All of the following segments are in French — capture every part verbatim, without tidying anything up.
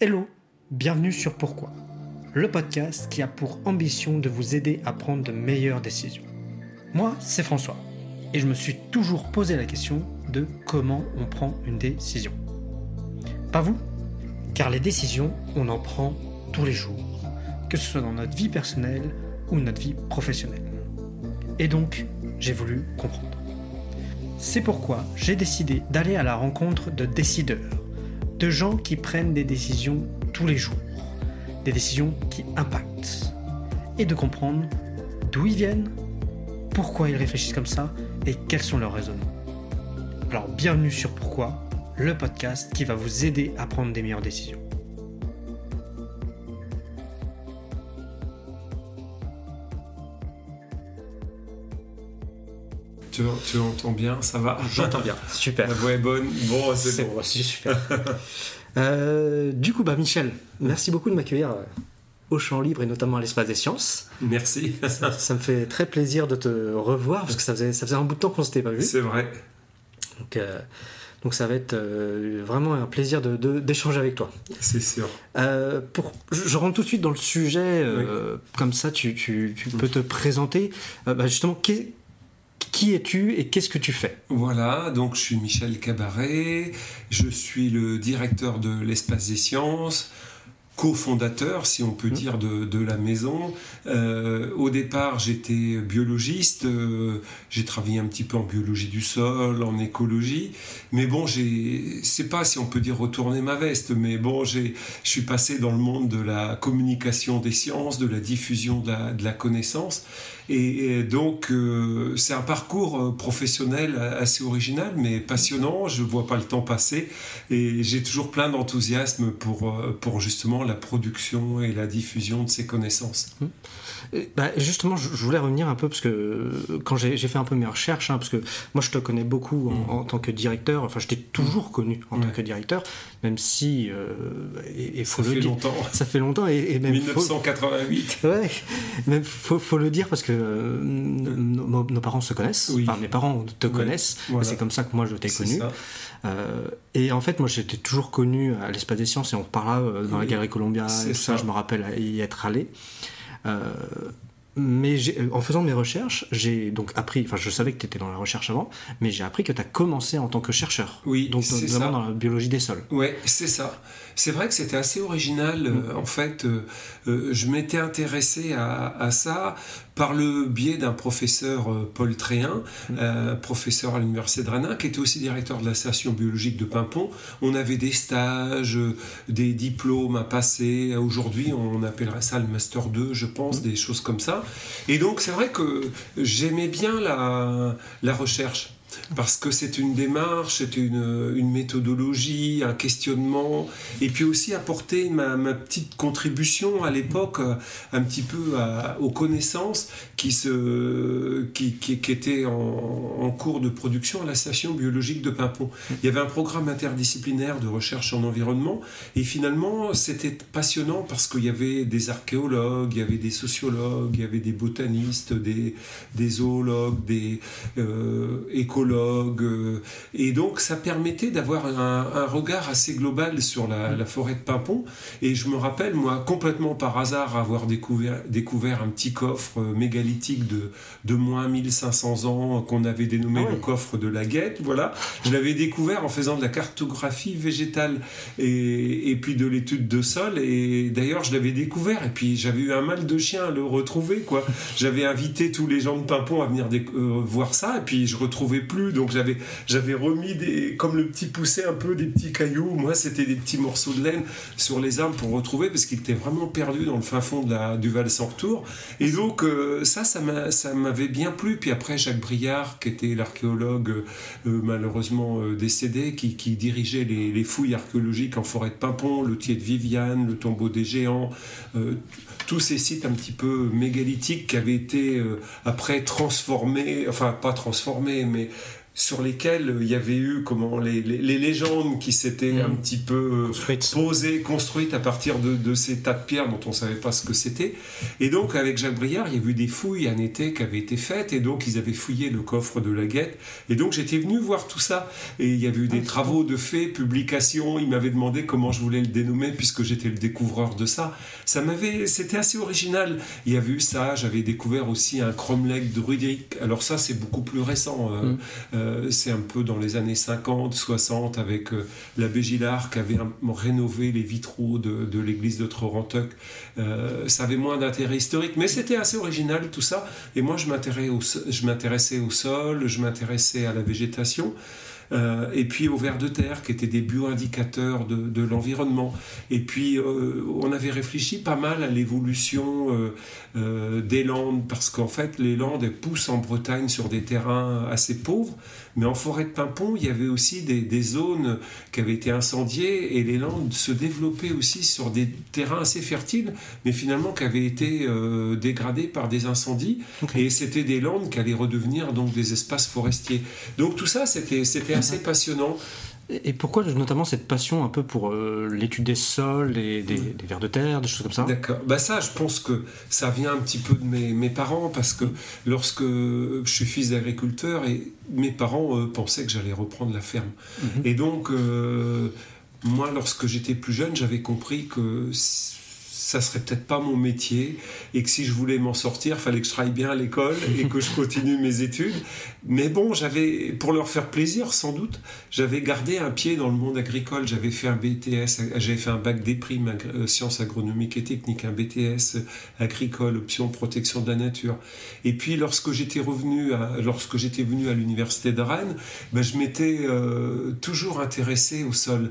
Hello, bienvenue sur Pourquoi, le podcast qui a pour ambition de vous aider à prendre de meilleures décisions. Moi, c'est François, et je me suis toujours posé la question de comment on prend une décision. Pas vous ? Car les décisions, on en prend tous les jours, que ce soit dans notre vie personnelle ou notre vie professionnelle. Et donc, j'ai voulu comprendre. C'est pourquoi j'ai décidé d'aller à la rencontre de décideurs, de gens qui prennent des décisions tous les jours, des décisions qui impactent, et de comprendre d'où ils viennent, pourquoi ils réfléchissent comme ça et quels sont leurs raisonnements. Alors bienvenue sur Pourquoi, le podcast qui va vous aider à prendre des meilleures décisions. Tu, tu entends bien, ça va ? J'entends bien, super. La voix est bonne, bon, c'est, c'est bon. bon, c'est super. euh, du coup, bah Michel, merci beaucoup de m'accueillir au Champ Libre et notamment à l'Espace des Sciences. Merci. ça, ça me fait très plaisir de te revoir parce que ça faisait, ça faisait un bout de temps qu'on ne s'était pas vu. C'est vrai. Donc, euh, donc ça va être euh, vraiment un plaisir de, de, d'échanger avec toi. C'est sûr. Euh, pour, je, je rentre tout de suite dans le sujet, euh, oui. Comme ça tu, tu, tu peux te présenter. Euh, bah justement, qu'est, qui es-tu et qu'est-ce que tu fais ? Voilà, donc je suis Michel Cabaret, je suis le directeur de l'Espace des Sciences, cofondateur, si on peut mmh. dire, de, de la maison. Euh, au départ, j'étais biologiste, euh, j'ai travaillé un petit peu en biologie du sol, en écologie, mais bon, j'ai, c'est pas si on peut dire retourner ma veste, mais bon, j'ai, je suis passé dans le monde de la communication des sciences, de la diffusion de la, de la connaissance, et, et donc euh, c'est un parcours professionnel assez original, mais passionnant, je vois pas le temps passer, et j'ai toujours plein d'enthousiasme pour, pour justement la production et la diffusion de ces connaissances. Mmh. Bah justement, je voulais revenir un peu parce que quand j'ai, j'ai fait un peu mes recherches, hein, parce que moi je te connais beaucoup en, mmh. en tant que directeur, enfin je t'ai toujours connu en ouais. tant que directeur, même si euh, et, et faut ça le fait dire, longtemps. Ça fait longtemps et, et même dix-neuf cent quatre-vingt-huit. Faut, ouais, même faut, faut le dire parce que euh, nos, nos parents se connaissent, oui. Enfin mes parents te ouais. connaissent, voilà. C'est comme ça que moi je t'ai c'est connu. Euh, et en fait, moi j'étais toujours connu à l'Espace des Sciences et on reparlera euh, dans oui. la Galerie Columbia et tout ça, ça, je me rappelle y être allé. Euh, mais j'ai, en faisant mes recherches, j'ai donc appris, enfin je savais que tu étais dans la recherche avant, mais j'ai appris que tu as commencé en tant que chercheur. Oui, donc c'est notamment ça. Dans la biologie des sols. Oui, c'est ça. C'est vrai que c'était assez original. Mmh. Euh, en fait, euh, euh, je m'étais intéressé à, à ça par le biais d'un professeur, euh, Paul Tréhin, mmh. euh, professeur à l'université de Rennes, qui était aussi directeur de la station biologique de Paimpont. On avait des stages, euh, des diplômes à passer. Aujourd'hui, on appellerait ça le Master deux, je pense, mmh. des choses comme ça. Et donc, c'est vrai que j'aimais bien la, la recherche. Parce que c'est une démarche, c'est une, une méthodologie, un questionnement, et puis aussi apporter ma, ma petite contribution à l'époque, un petit peu à, aux connaissances qui, se, qui, qui, qui étaient en, en cours de production à la station biologique de Paimpont. Il y avait un programme interdisciplinaire de recherche en environnement, et finalement c'était passionnant parce qu'il y avait des archéologues, il y avait des sociologues, il y avait des botanistes, des, des zoologues, des euh, écologues, et donc ça permettait d'avoir un, un regard assez global sur la, la forêt de Paimpont. Et je me rappelle, moi, complètement par hasard, avoir découvert, découvert un petit coffre mégalithique de, de moins mille cinq cents ans qu'on avait dénommé ah ouais. le coffre de la Guette. Voilà. Je l'avais découvert en faisant de la cartographie végétale et, et puis de l'étude de sol. Et d'ailleurs, je l'avais découvert et puis j'avais eu un mal de chien à le retrouver, quoi. J'avais invité tous les gens de Paimpont à venir dé- euh, voir ça et puis je retrouvais plus, donc j'avais, j'avais remis des, comme le petit poussé un peu des petits cailloux, moi c'était des petits morceaux de laine sur les arbres pour retrouver, parce qu'il était vraiment perdu dans le fin fond de la, du Val sans retour, et donc euh, ça, ça, m'a, ça m'avait bien plu. Puis après Jacques Briard, qui était l'archéologue euh, malheureusement euh, décédé, qui, qui dirigeait les, les fouilles archéologiques en forêt de Paimpont, le Thiers de Viviane, le tombeau des géants, euh, tous ces sites un petit peu mégalithiques qui avaient été euh, après transformés, enfin pas transformés, mais sur lesquels il y avait eu comment, les, les, les légendes qui s'étaient mmh. un petit peu construites. posées, construites à partir de, de ces tas de pierres dont on ne savait pas ce que c'était. Et donc, avec Jacques Briard, il y a eu des fouilles un été qui avaient été faites, et donc ils avaient fouillé le coffre de la Guette. Et donc, j'étais venu voir tout ça. Et il y avait eu des ah, travaux de faits, publications. Il m'avait demandé comment je voulais le dénommer, puisque j'étais le découvreur de ça. Ça m'avait, c'était assez original. Il y avait eu ça. J'avais découvert aussi un cromlech druidique. Alors ça, c'est beaucoup plus récent. Euh, mmh. euh, c'est un peu dans les années cinquante, soixante, avec euh, l'abbé Gillard qui avait un, rénové les vitraux de, de l'église de Trorenteuc. Euh, ça avait moins d'intérêt historique, mais c'était assez original tout ça. Et moi, je m'intéressais au, je m'intéressais au sol, je m'intéressais à la végétation. Euh, et puis aux vers de terre qui étaient des bioindicateurs de, de l'environnement. Et puis euh, on avait réfléchi pas mal à l'évolution euh, euh, des landes, parce qu'en fait les landes elles poussent en Bretagne sur des terrains assez pauvres, mais en forêt de Paimpont il y avait aussi des, des zones qui avaient été incendiées, et les landes se développaient aussi sur des terrains assez fertiles, mais finalement qui avaient été euh, dégradés par des incendies. Okay. Et c'était des landes qui allaient redevenir donc des espaces forestiers. Donc tout ça c'était, c'était assez passionnant. Et pourquoi notamment cette passion un peu pour euh, l'étude des sols, des, des, des vers de terre, des choses comme ça ? D'accord. Bah ça, je pense que ça vient un petit peu de mes, mes parents, parce que lorsque je suis fils d'agriculteur, et mes parents euh, pensaient que j'allais reprendre la ferme. Mmh. Et donc, euh, moi, lorsque j'étais plus jeune, j'avais compris que ça serait peut-être pas mon métier, et que si je voulais m'en sortir, il fallait que je travaille bien à l'école et que je continue mes études. Mais bon, j'avais, pour leur faire plaisir sans doute, j'avais gardé un pied dans le monde agricole. J'avais fait un B T S, j'avais fait un bac des primes, euh, sciences agronomiques et techniques, un B T S agricole, option protection de la nature. Et puis lorsque j'étais revenu, à, lorsque j'étais venu à l'université de Rennes, ben, je m'étais euh, toujours intéressé au sol,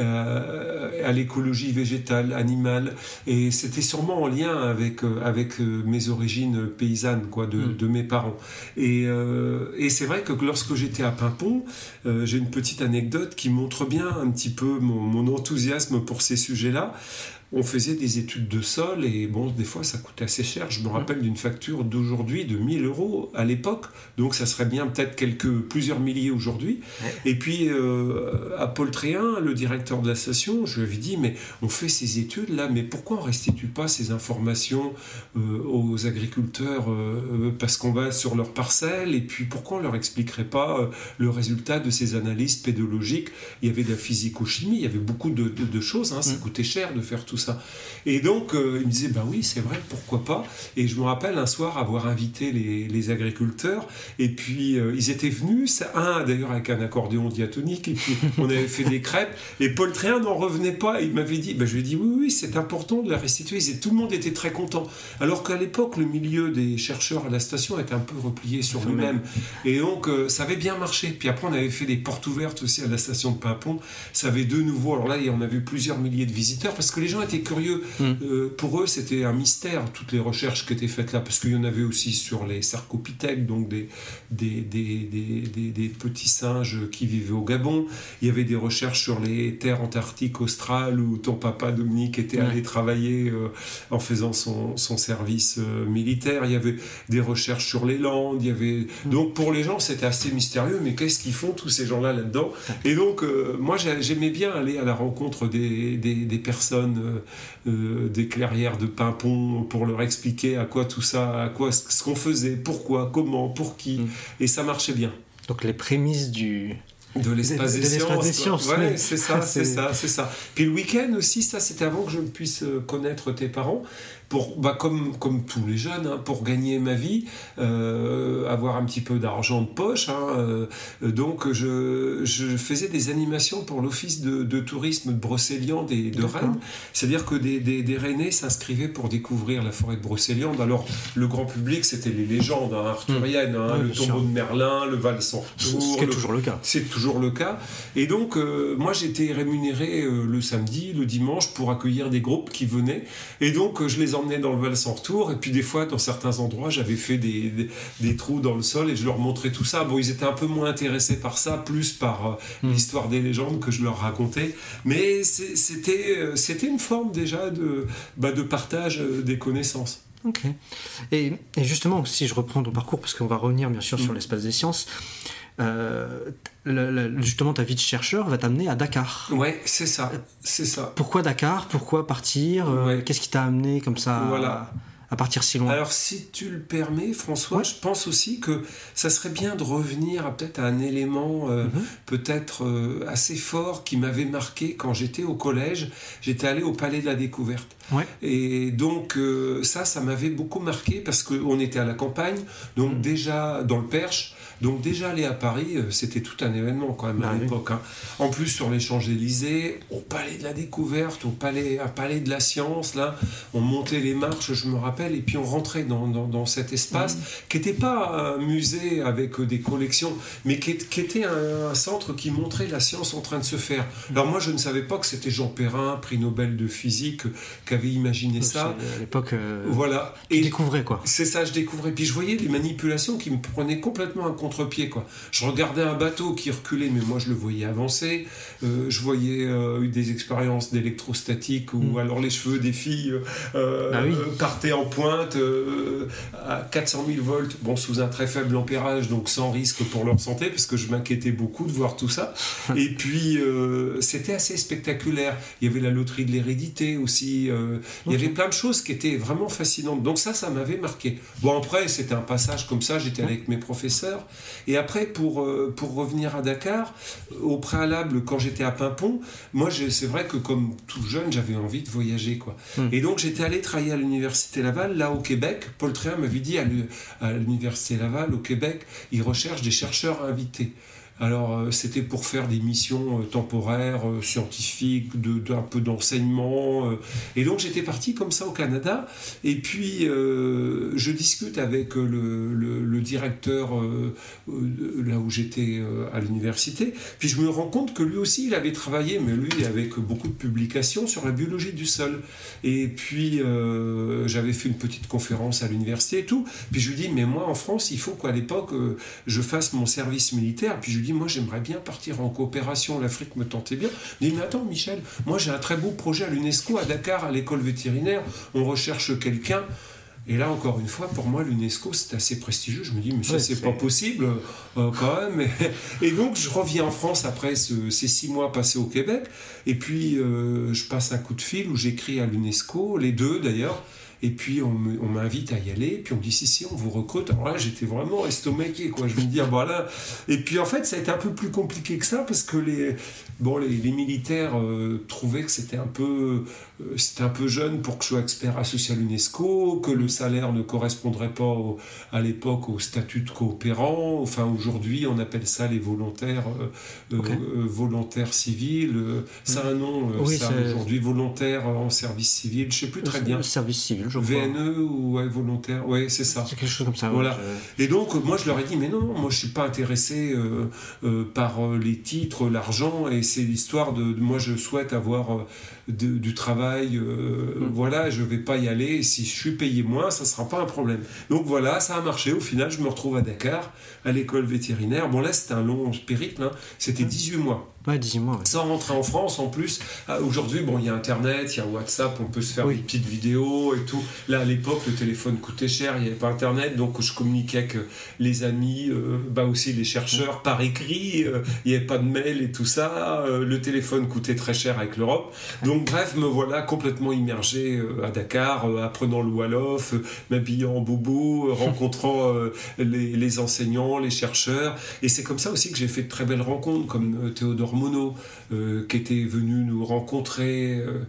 euh, à l'écologie végétale, animale, et c'était sûrement en lien avec euh, avec euh, mes origines paysannes, quoi, de, mmh. de mes parents. Et euh, Et c'est vrai que lorsque j'étais à Paimpont, euh, j'ai une petite anecdote qui montre bien un petit peu mon, mon enthousiasme pour ces sujets-là. On faisait des études de sol, et bon, des fois ça coûtait assez cher. Je me rappelle d'une facture d'aujourd'hui de mille euros à l'époque, donc ça serait bien peut-être quelques, plusieurs milliers aujourd'hui. Ouais. Et puis euh, à Paul Tréhin, le directeur de la station, je lui ai dit, mais on fait ces études là, mais pourquoi on ne restitue pas ces informations euh, aux agriculteurs, euh, parce qu'on va sur leurs parcelles, et puis pourquoi on ne leur expliquerait pas euh, le résultat de ces analyses pédologiques? Il y avait de la physico-chimie, il y avait beaucoup de, de, de choses, hein, ça mmh. coûtait cher de faire tout ça. Et donc euh, il me disait, bah oui, c'est vrai, pourquoi pas. Et je me rappelle un soir avoir invité les, les agriculteurs, et puis euh, ils étaient venus, un d'ailleurs avec un accordéon diatonique, et puis on avait fait des crêpes, et Paul Tréhin n'en revenait pas. Il m'avait dit, bah, je lui ai dit, oui, oui, c'est important de la restituer. Et tout le monde était très content. Alors qu'à l'époque, le milieu des chercheurs à la station était un peu replié sur lui-même. Et donc euh, ça avait bien marché. Puis après, on avait fait des portes ouvertes aussi à la station de Paimpont. Ça avait de nouveau, alors là, on a vu plusieurs milliers de visiteurs, parce que les gens étaient curieux. Mmh. Euh, pour eux, c'était un mystère, toutes les recherches qui étaient faites là, parce qu'il y en avait aussi sur les sarcopithèques, donc des, des, des, des, des, des petits singes qui vivaient au Gabon. Il y avait des recherches sur les terres antarctiques australes, où ton papa Dominique était ouais. allé travailler euh, en faisant son, son service euh, militaire. Il y avait des recherches sur les Landes. Il y avait... mmh. Donc pour les gens, c'était assez mystérieux, mais qu'est-ce qu'ils font tous ces gens-là là-dedans? Et donc, euh, moi, j'aimais bien aller à la rencontre des, des, des personnes, euh, euh, des clairières de Paimpont, pour leur expliquer à quoi tout ça, à quoi ce qu'on faisait, pourquoi, comment, pour qui, mmh. et ça marchait bien. Donc les prémices du... de l'espace des, de, de sciences, des sciences ouais, oui. c'est ça, c'est, c'est ça, c'est ça. Puis le week-end aussi, ça c'était avant que je puisse connaître tes parents. Pour, bah, comme, comme tous les jeunes, hein, pour gagner ma vie, euh, avoir un petit peu d'argent de poche. Hein, euh, donc, je, je faisais des animations pour l'office de, de tourisme de Brocéliande et de Rennes. C'est-à-dire que des, des, des Rennais s'inscrivaient pour découvrir la forêt de Brocéliande. Alors, le grand public, c'était les légendes hein, arthuriennes, hein, oui, le tombeau de Merlin, le Val sans retour. C'est le... toujours le cas. C'est toujours le cas. Et donc, euh, moi, j'étais rémunéré euh, le samedi, le dimanche, pour accueillir des groupes qui venaient. Et donc, euh, je les emmenais dans le Val sans retour, et puis des fois dans certains endroits j'avais fait des, des, des trous dans le sol et je leur montrais tout ça. Bon, ils étaient un peu moins intéressés par ça, plus par euh, mmh. l'histoire des légendes que je leur racontais, mais c'est, c'était, euh, c'était une forme déjà de, bah, de partage euh, des connaissances. Ok. Et, et justement, si je reprends ton parcours, parce qu'on va revenir bien sûr mmh. sur l'espace des sciences, euh, le, le, justement ta vie de chercheur va t'amener à Dakar. Ouais, c'est ça, c'est ça. Pourquoi Dakar? Pourquoi partir? euh, Ouais. Qu'est-ce qui t'a amené comme ça Voilà. à, à partir si loin? Alors, si tu le permets, François, ouais. je pense aussi que ça serait bien de revenir à peut-être à un élément euh, mm-hmm. peut-être euh, assez fort qui m'avait marqué quand j'étais au collège. J'étais allé au Palais de la Découverte. Ouais. Et donc, euh, ça, ça m'avait beaucoup marqué parce qu'on était à la campagne, donc mmh. déjà dans le Perche. Donc déjà aller à Paris, c'était tout un événement quand même bah, à oui. l'époque. Hein. En plus sur les Champs-Élysées, au Palais de la Découverte, au palais, un palais de la Science, là, on montait les marches, je me rappelle, et puis on rentrait dans, dans, dans cet espace mmh. qui n'était pas un musée avec des collections, mais qui, qui était un, un centre qui montrait la science en train de se faire. Mmh. Alors moi je ne savais pas que c'était Jean Perrin, prix Nobel de physique, qui avait imaginé donc ça. À l'époque, euh, voilà. tu découvrais quoi. C'est ça, je découvrais. Puis je voyais des manipulations qui me prenaient complètement un contre-pied, quoi. Je regardais un bateau qui reculait, mais moi je le voyais avancer. Euh, je voyais euh, des expériences d'électrostatique où mmh. alors les cheveux des filles euh, ah oui. partaient en pointe euh, à quatre cent mille volts, bon, sous un très faible ampérage, donc sans risque pour leur santé, parce que je m'inquiétais beaucoup de voir tout ça. Et puis euh, c'était assez spectaculaire. Il y avait la loterie de l'hérédité aussi. Euh, okay. Il y avait plein de choses qui étaient vraiment fascinantes. Donc ça, ça m'avait marqué. Bon, après, c'était un passage comme ça. J'étais avec mes professeurs. Et après, pour, euh, pour revenir à Dakar, au préalable, quand j'étais à Paimpont, moi, je, c'est vrai que comme tout jeune, j'avais envie de voyager, quoi. Mm. Et donc, j'étais allé travailler à l'Université Laval, là, au Québec. Paul Tréhin m'avait dit, à l'Université Laval, au Québec, ils recherchent des chercheurs invités. Alors, euh, c'était pour faire des missions euh, temporaires, euh, scientifiques, de, de, un peu d'enseignement. Euh, et donc, j'étais parti comme ça au Canada. Et puis, euh, je discute avec le, le, le directeur euh, euh, là où j'étais euh, à l'université. Puis, je me rends compte que lui aussi, il avait travaillé, mais lui, avec beaucoup de publications sur la biologie du sol. Et puis, euh, j'avais fait une petite conférence à l'université et tout. Puis, je lui dis, mais moi, en France, il faut qu'à l'époque, euh, je fasse mon service militaire. Puis, je lui dis, moi j'aimerais bien partir en coopération, l'Afrique me tentait bien. Il dit, mais attends Michel, moi j'ai un très beau projet à l'UNESCO à Dakar, à l'école vétérinaire, on recherche quelqu'un. Et là, encore une fois, pour moi, l'UNESCO, c'est assez prestigieux. Je me dis, mais ça, ouais, c'est, c'est pas possible, euh, quand même. Et, et donc, je reviens en France après ce, ces six mois passés au Québec. Et puis, euh, je passe un coup de fil où j'écris à l'UNESCO, les deux d'ailleurs. Et puis on, me, on m'invite à y aller, puis on me dit si si on vous recrute. Alors là j'étais vraiment estomaqué, quoi. Je me dis ah bah là. Et puis en fait ça a été un peu plus compliqué que ça parce que les bon les, les militaires euh, trouvaient que c'était un peu euh, c'était un peu jeune pour que je sois expert associé à l'UNESCO, que le salaire ne correspondrait pas au, à l'époque au statut de coopérant. Enfin aujourd'hui on appelle ça les volontaires euh, okay. euh, volontaires civils. Euh, ça a un nom euh, oui, ça c'est... aujourd'hui volontaire en service civil. Je sais plus très bien. Service civil. V N E ou ouais, volontaire, ouais, c'est ça. C'est quelque chose comme ça. Voilà. Ouais, je... Et donc, moi, je leur ai dit, mais non, moi, je suis pas intéressé euh, euh, par euh, les titres, l'argent, et c'est l'histoire de, de moi, je souhaite avoir euh, de, du travail, euh, mm. voilà, je vais pas y aller. Et si je suis payé moins, ça sera pas un problème. Donc voilà, ça a marché. Au final, je me retrouve à Dakar, à l'école vétérinaire. Bon là, c'était un long périple. Hein. C'était dix-huit mois. Ouais, dix-huit mois. Ouais. Sans rentrer en France, en plus. Euh, aujourd'hui, bon, il y a Internet, il y a WhatsApp, on peut se faire oui. des petites vidéos et tout. Là, à l'époque, le téléphone coûtait cher, il n'y avait pas Internet, donc je communiquais avec les amis, euh, bah aussi les chercheurs, par écrit. Euh, il n'y avait pas de mail et tout ça. Euh, le téléphone coûtait très cher avec l'Europe. Donc, bref, me voilà complètement immergé euh, à Dakar, euh, apprenant le Wolof, euh, m'habillant en bobo, euh, rencontrant euh, les, les enseignants, les chercheurs. Et c'est comme ça aussi que j'ai fait de très belles rencontres, comme euh, Théodore Monod, euh, qui était venu nous rencontrer. Euh,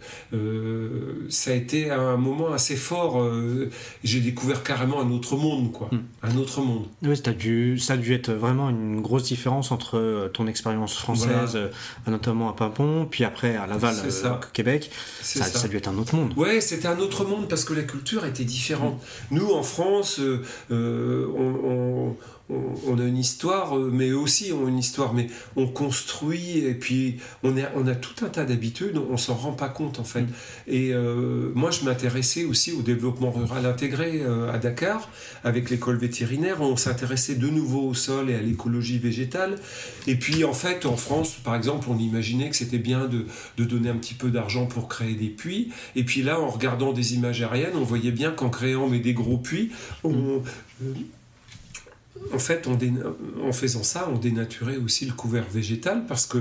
euh, ça a été un moment assez fort. Euh, j'ai découvert carrément un autre monde, quoi. Mm. Un autre monde. Oui, ça a, dû, ça a dû être vraiment une grosse différence entre ton expérience française, voilà. euh, notamment à Paimpont, puis après à Laval, euh, au Québec. Ça, ça. ça a dû être un autre monde. Oui, c'était un autre monde parce que la culture était différente. Mm. Nous, en France, euh, euh, on... on on a une histoire, mais eux aussi ont une histoire, mais on construit et puis on a, on a tout un tas d'habitudes, on s'en rend pas compte en fait. Mmh. Et euh, moi je m'intéressais aussi au développement rural intégré euh, à Dakar, avec l'école vétérinaire, on s'intéressait de nouveau au sol et à l'écologie végétale. Et puis en fait en France par exemple on imaginait que c'était bien de, de donner un petit peu d'argent pour créer des puits, et puis là en regardant des images aériennes on voyait bien qu'en créant mais des gros puits, on... Mmh. Euh, en fait, on dé... en faisant ça, on dénaturait aussi le couvert végétal parce que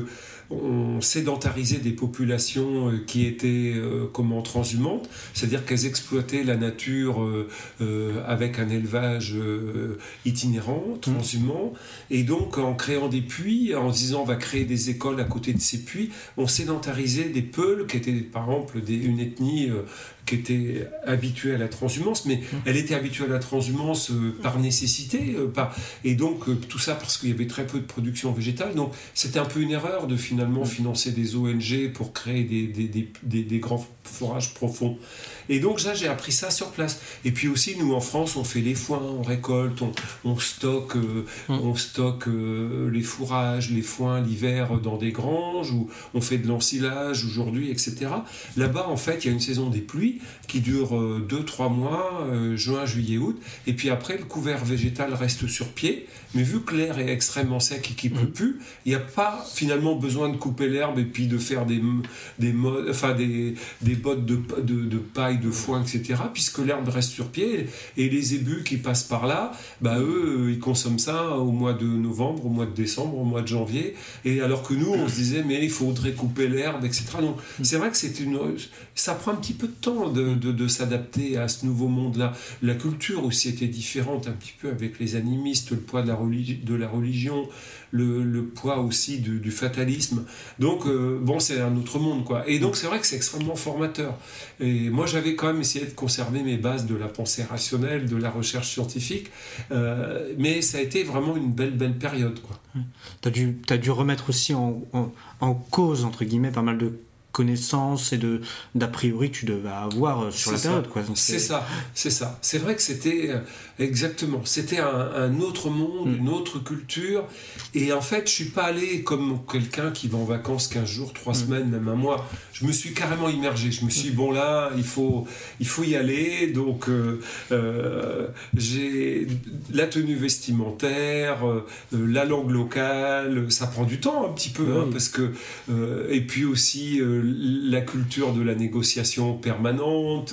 on sédentarisait des populations qui étaient euh, comment transhumantes, c'est-à-dire qu'elles exploitaient la nature euh, euh, avec un élevage euh, itinérant, transhumant, et donc en créant des puits, en se disant on va créer des écoles à côté de ces puits, on sédentarisait des Peuls qui étaient par exemple des, une ethnie euh, qui était habituée à la transhumance, mais elle était habituée à la transhumance euh, par nécessité, euh, par... et donc euh, tout ça parce qu'il y avait très peu de production végétale, donc c'était un peu une erreur de finalement financer des O N G pour créer des, des, des, des, des grands forages profonds. Et donc là, j'ai appris ça sur place. Et puis aussi, nous en France, on fait les foins, on récolte, on, on stocke, euh, mmh. on stocke euh, les fourrages, les foins l'hiver dans des granges, ou on fait de l'ensilage aujourd'hui, et cetera. Là-bas, en fait, il y a une saison des pluies qui dure deux trois mois, euh, juin, juillet, août. Et puis après, le couvert végétal reste sur pied. Mais vu que l'air est extrêmement sec et qu'il ne pleut plus, il n'y a pas finalement besoin de couper l'herbe et puis de faire des, des, modes, enfin des, des bottes de, de, de paille, de foin, et cetera. Puisque l'herbe reste sur pied et les ébus qui passent par là, bah, eux, ils consomment ça au mois de novembre, au mois de décembre, au mois de janvier. Et alors que nous, on se disait, mais il faudrait couper l'herbe, et cetera. Donc c'est vrai que c'est une, ça prend un petit peu de temps de, de, de s'adapter à ce nouveau monde-là. La culture aussi était différente un petit peu avec les animistes, le poids de la de la religion, le, le poids aussi du, du fatalisme. Donc, euh, bon, c'est un autre monde, quoi. Et donc, c'est vrai que c'est extrêmement formateur. Et moi, j'avais quand même essayé de conserver mes bases de la pensée rationnelle, de la recherche scientifique, euh, mais ça a été vraiment une belle, belle période, quoi. T'as dû, t'as dû remettre aussi en, en, en cause, entre guillemets, pas mal de connaissances et de, d'a priori que tu devais avoir sur c'est la période, quoi. Donc, c'est, c'est ça, c'est ça. C'est vrai que c'était exactement, c'était un, un autre monde, mmh. une autre culture. Et en fait, je suis pas allé comme quelqu'un qui va en vacances quinze jours, trois mmh. semaines, même un mois. Je me suis carrément immergé. Je me suis dit, bon là, il faut, il faut y aller. Donc, euh, euh, j'ai la tenue vestimentaire, euh, la langue locale. Ça prend du temps un petit peu, mmh. hein, parce que euh, et puis aussi euh, la culture de la négociation permanente.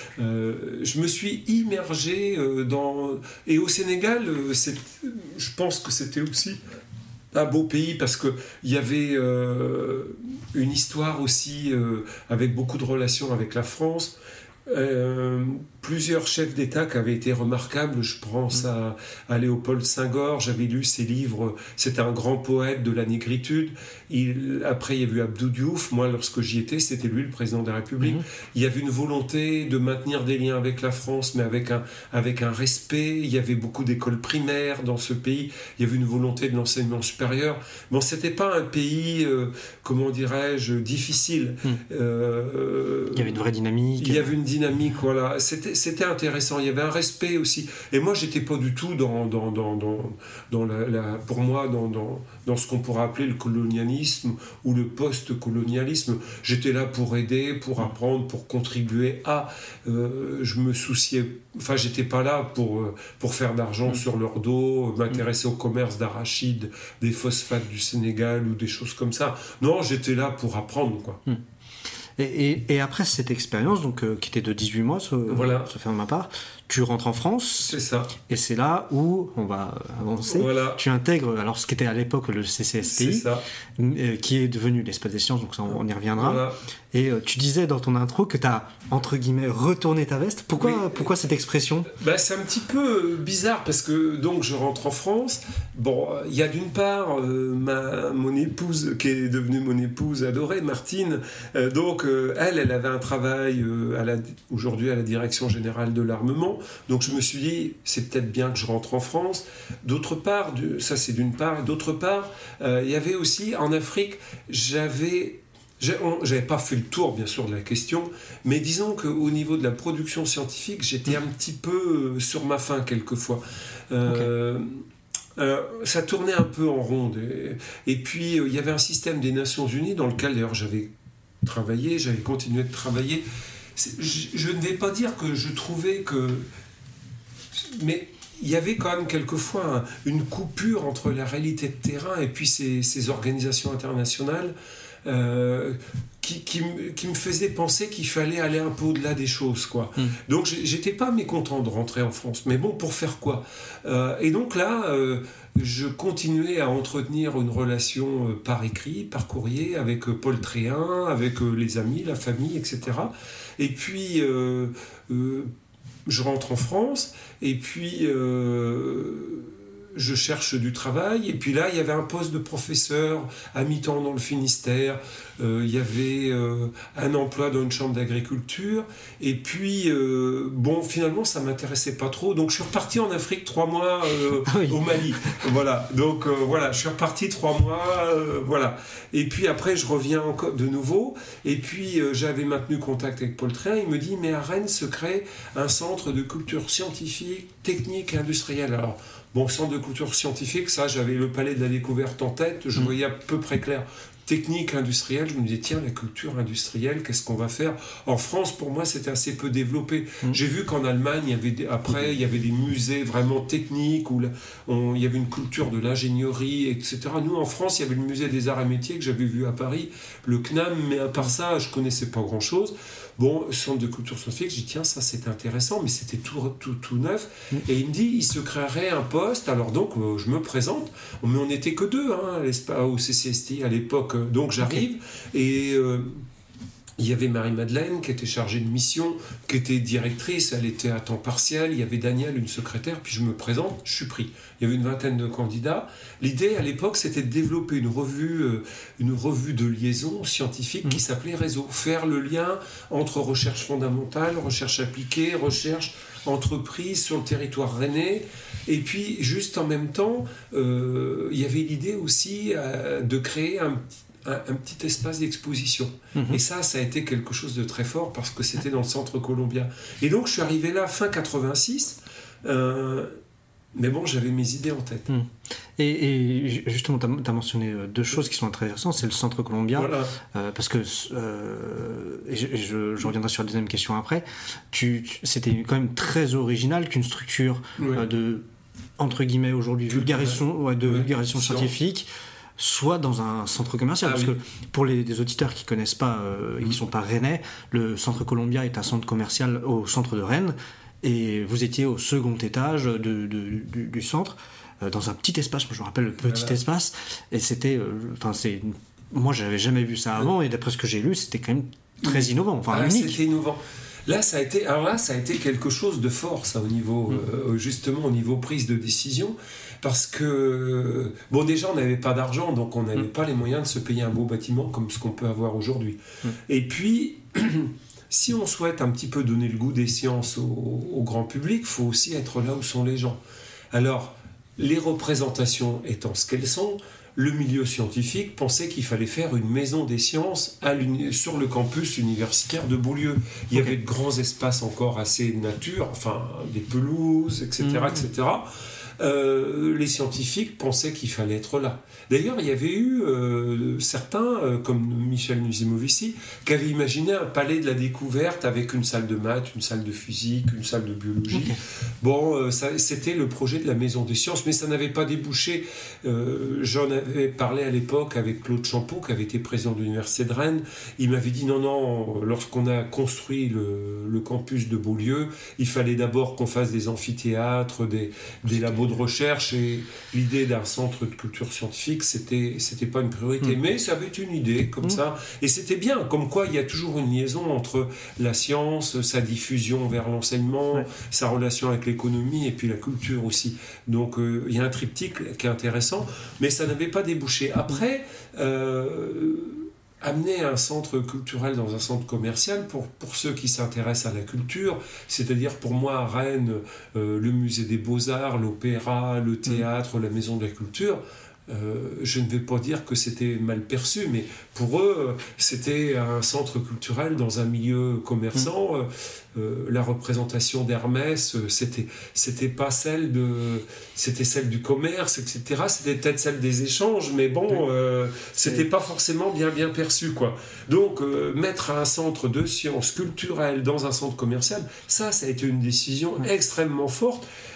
Euh, je me suis immergé euh, dans... Et au Sénégal, euh, c'est... je pense que c'était aussi un beau pays parce qu'il y avait euh, une histoire aussi euh, avec beaucoup de relations avec la France. Euh, plusieurs chefs d'État qui avaient été remarquables, je pense à, à Léopold Senghor, j'avais lu ses livres, c'était un grand poète de la négritude. Il, après il y a eu Abdou Diouf, moi lorsque j'y étais c'était lui le président de la République. Mmh. Il y avait une volonté de maintenir des liens avec la France mais avec un, avec un respect. Il y avait beaucoup d'écoles primaires dans ce pays, il y avait une volonté de l'enseignement supérieur. Bon, c'était pas un pays euh, comment dirais-je, difficile. Mmh. Euh, il y avait une vraie dynamique. Il y avait une dynamique, voilà. C'était, c'était intéressant. Il y avait un respect aussi. Et moi, j'étais pas du tout dans, dans, dans, dans, dans la, la, pour moi, dans, dans, dans ce qu'on pourrait appeler le colonialisme ou le post-colonialisme. J'étais là pour aider, pour apprendre, pour contribuer à. Euh, je me souciais. Enfin, j'étais pas là pour, pour faire d'argent mmh. sur leur dos, m'intéresser mmh. au commerce d'arachide, des phosphates du Sénégal ou des choses comme ça. Non, j'étais là pour apprendre, quoi. Mmh. Et, et, et après cette expérience, donc, euh, qui était de dix-huit mois, ça, voilà. ça fait de ma part, tu rentres en France. C'est ça. Et c'est là où, on va avancer, voilà. tu intègres alors, ce qui était à l'époque le C C S T I, c'est ça. Euh, qui est devenu l'Espace des Sciences, donc ça, on y reviendra. Voilà. Et euh, tu disais dans ton intro que tu as, entre guillemets, retourné ta veste. Pourquoi, oui. pourquoi cette expression ? Bah, c'est un petit peu bizarre parce que donc, je rentre en France. Bon, il y a d'une part euh, ma, mon épouse, qui est devenue mon épouse adorée, Martine. Euh, donc, euh, elle, elle avait un travail euh, à la, aujourd'hui à la Direction Générale de l'Armement. Donc, je me suis dit, c'est peut-être bien que je rentre en France. D'autre part, de, ça c'est d'une part. D'autre part, euh, il y avait aussi en Afrique, j'avais... J'avais pas fait le tour, bien sûr, de la question, mais disons qu'au niveau de la production scientifique, j'étais un petit peu sur ma faim quelquefois. Euh, okay. euh, ça tournait un peu en ronde. Et, et puis, euh, il y avait un système des Nations Unies dans lequel, d'ailleurs, j'avais travaillé, j'avais continué de travailler. Je, je ne vais pas dire que je trouvais que... Mais... il y avait quand même quelquefois une coupure entre la réalité de terrain et puis ces, ces organisations internationales. euh, qui, qui, qui me faisait penser qu'il fallait aller un peu au-delà des choses, quoi. Mmh. Donc j'étais pas mécontent de rentrer en France, mais bon, pour faire quoi? euh, Et donc là, euh, je continuais à entretenir une relation euh, par écrit, par courrier, avec euh, Paul Tréhin, avec euh, les amis, la famille, et cetera. Et puis, euh, euh, je rentre en France, et puis... Euh, je cherche du travail, et puis là, il y avait un poste de professeur à mi-temps dans le Finistère, euh, il y avait euh, un emploi dans une chambre d'agriculture, et puis, euh, bon, finalement, ça ne m'intéressait pas trop, donc je suis reparti en Afrique trois mois euh, ah oui. au Mali, voilà, donc euh, voilà, je suis reparti trois mois, euh, voilà, et puis après, je reviens encore de nouveau, et puis euh, j'avais maintenu contact avec Paul Tréhin, il me dit, mais à Rennes se crée un centre de culture scientifique, technique et industrielle. Alors, bon, centre de culture scientifique, ça, j'avais le palais de la découverte en tête, je mmh. voyais à peu près clair. Technique industrielle, je me disais, tiens, la culture industrielle, qu'est-ce qu'on va faire? En France, pour moi, c'était assez peu développé. Mmh. J'ai vu qu'en Allemagne, il y avait des, après, il y avait des musées vraiment techniques, où on, il y avait une culture de l'ingénierie, et cetera. Nous, en France, il y avait le musée des arts et métiers que j'avais vu à Paris, le C N A M, mais à part ça, je ne connaissais pas grand-chose. Bon, centre de culture scientifique, je dis tiens, ça c'est intéressant, mais c'était tout, tout, tout neuf. Mmh. Et il me dit, il se créerait un poste. Alors donc, euh, je me présente, mais on n'était que deux hein, au C C S T à l'époque. Donc j'arrive okay. et euh, il y avait Marie-Madeleine qui était chargée de mission, qui était directrice, elle était à temps partiel. Il y avait Daniel, une secrétaire, puis je me présente, je suis pris. Il y avait une vingtaine de candidats. L'idée à l'époque, c'était de développer une revue, euh, une revue de liaison scientifique mmh. qui s'appelait Réseau. Faire le lien entre recherche fondamentale, recherche appliquée, recherche entreprise sur le territoire rennais. Et puis, juste en même temps, euh, il y avait l'idée aussi euh, de créer un Un, un petit espace d'exposition. Mmh. Et ça, ça a été quelque chose de très fort parce que c'était dans le centre Columbia. Et donc, je suis arrivé là fin quatre-vingt-six, euh, mais bon, j'avais mes idées en tête. Mmh. Et, et justement, tu as mentionné deux choses qui sont intéressantes. C'est le centre Columbia, voilà. euh, parce que, euh, et je, je, je reviendrai sur la deuxième question après, tu, tu, c'était quand même très original qu'une structure oui. euh, de, entre guillemets, aujourd'hui, vulgarisation, ouais, de ouais. vulgarisation scientifique, soit dans un centre commercial, ah, parce oui. que pour les, les auditeurs qui ne connaissent pas, euh, qui ne sont pas rennais, le centre Columbia est un centre commercial au centre de Rennes, et vous étiez au second étage de, de, du, du centre, euh, dans un petit espace, moi je me rappelle le petit voilà. espace, et c'était, enfin euh, c'est, moi j'avais jamais vu ça avant, et d'après ce que j'ai lu, c'était quand même très innovant, enfin ah, unique. C'était innovant. Là, ça a été, alors là, ça a été quelque chose de fort, ça, au niveau, mmh. euh, justement, au niveau prise de décision, parce que, bon, déjà, on n'avait pas d'argent, donc on n'avait mmh. pas les moyens de se payer un beau bâtiment comme ce qu'on peut avoir aujourd'hui. Mmh. Et puis, si on souhaite un petit peu donner le goût des sciences au, au grand public, il faut aussi être là où sont les gens. Alors, les représentations étant ce qu'elles sont, le milieu scientifique pensait qu'il fallait faire une maison des sciences à sur le campus universitaire de Beaulieu. Il y okay. avait de grands espaces encore assez nature, enfin des pelouses, et cetera, mmh. et cetera. Euh, les scientifiques pensaient qu'il fallait être là. D'ailleurs, il y avait eu euh, certains, euh, comme Michel Nuzimovici, qui avaient imaginé un palais de la découverte avec une salle de maths, une salle de physique, une salle de biologie. Okay. Bon, euh, ça, c'était le projet de la Maison des Sciences, mais ça n'avait pas débouché. Euh, j'en avais parlé à l'époque avec Claude Champeau, qui avait été président de l'Université de Rennes. Il m'avait dit non, non, lorsqu'on a construit le, le campus de Beaulieu, il fallait d'abord qu'on fasse des amphithéâtres, des, des labos de recherche, et l'idée d'un centre de culture scientifique, c'était, c'était pas une priorité, mmh. mais ça avait été une idée comme mmh. ça, et c'était bien, comme quoi il y a toujours une liaison entre la science, sa diffusion vers l'enseignement, ouais. sa relation avec l'économie, et puis la culture aussi. Donc euh, il y a un triptyque qui est intéressant, mais ça n'avait pas débouché. Après, euh, amener un centre culturel dans un centre commercial, pour, pour ceux qui s'intéressent à la culture, c'est-à-dire pour moi à Rennes, euh, le musée des Beaux-Arts, l'opéra, le théâtre, mmh. la maison de la culture, euh, je ne vais pas dire que c'était mal perçu, mais pour eux, c'était un centre culturel dans un milieu commerçant. Mmh. Euh, la représentation d'Hermès, c'était, c'était pas celle de, c'était celle du commerce, et cetera. C'était peut-être celle des échanges, mais bon, euh, c'était pas forcément bien bien perçu, quoi. Donc, euh, mettre un centre de sciences culturelles dans un centre commercial, ça, ça a été une décision ouais. extrêmement forte,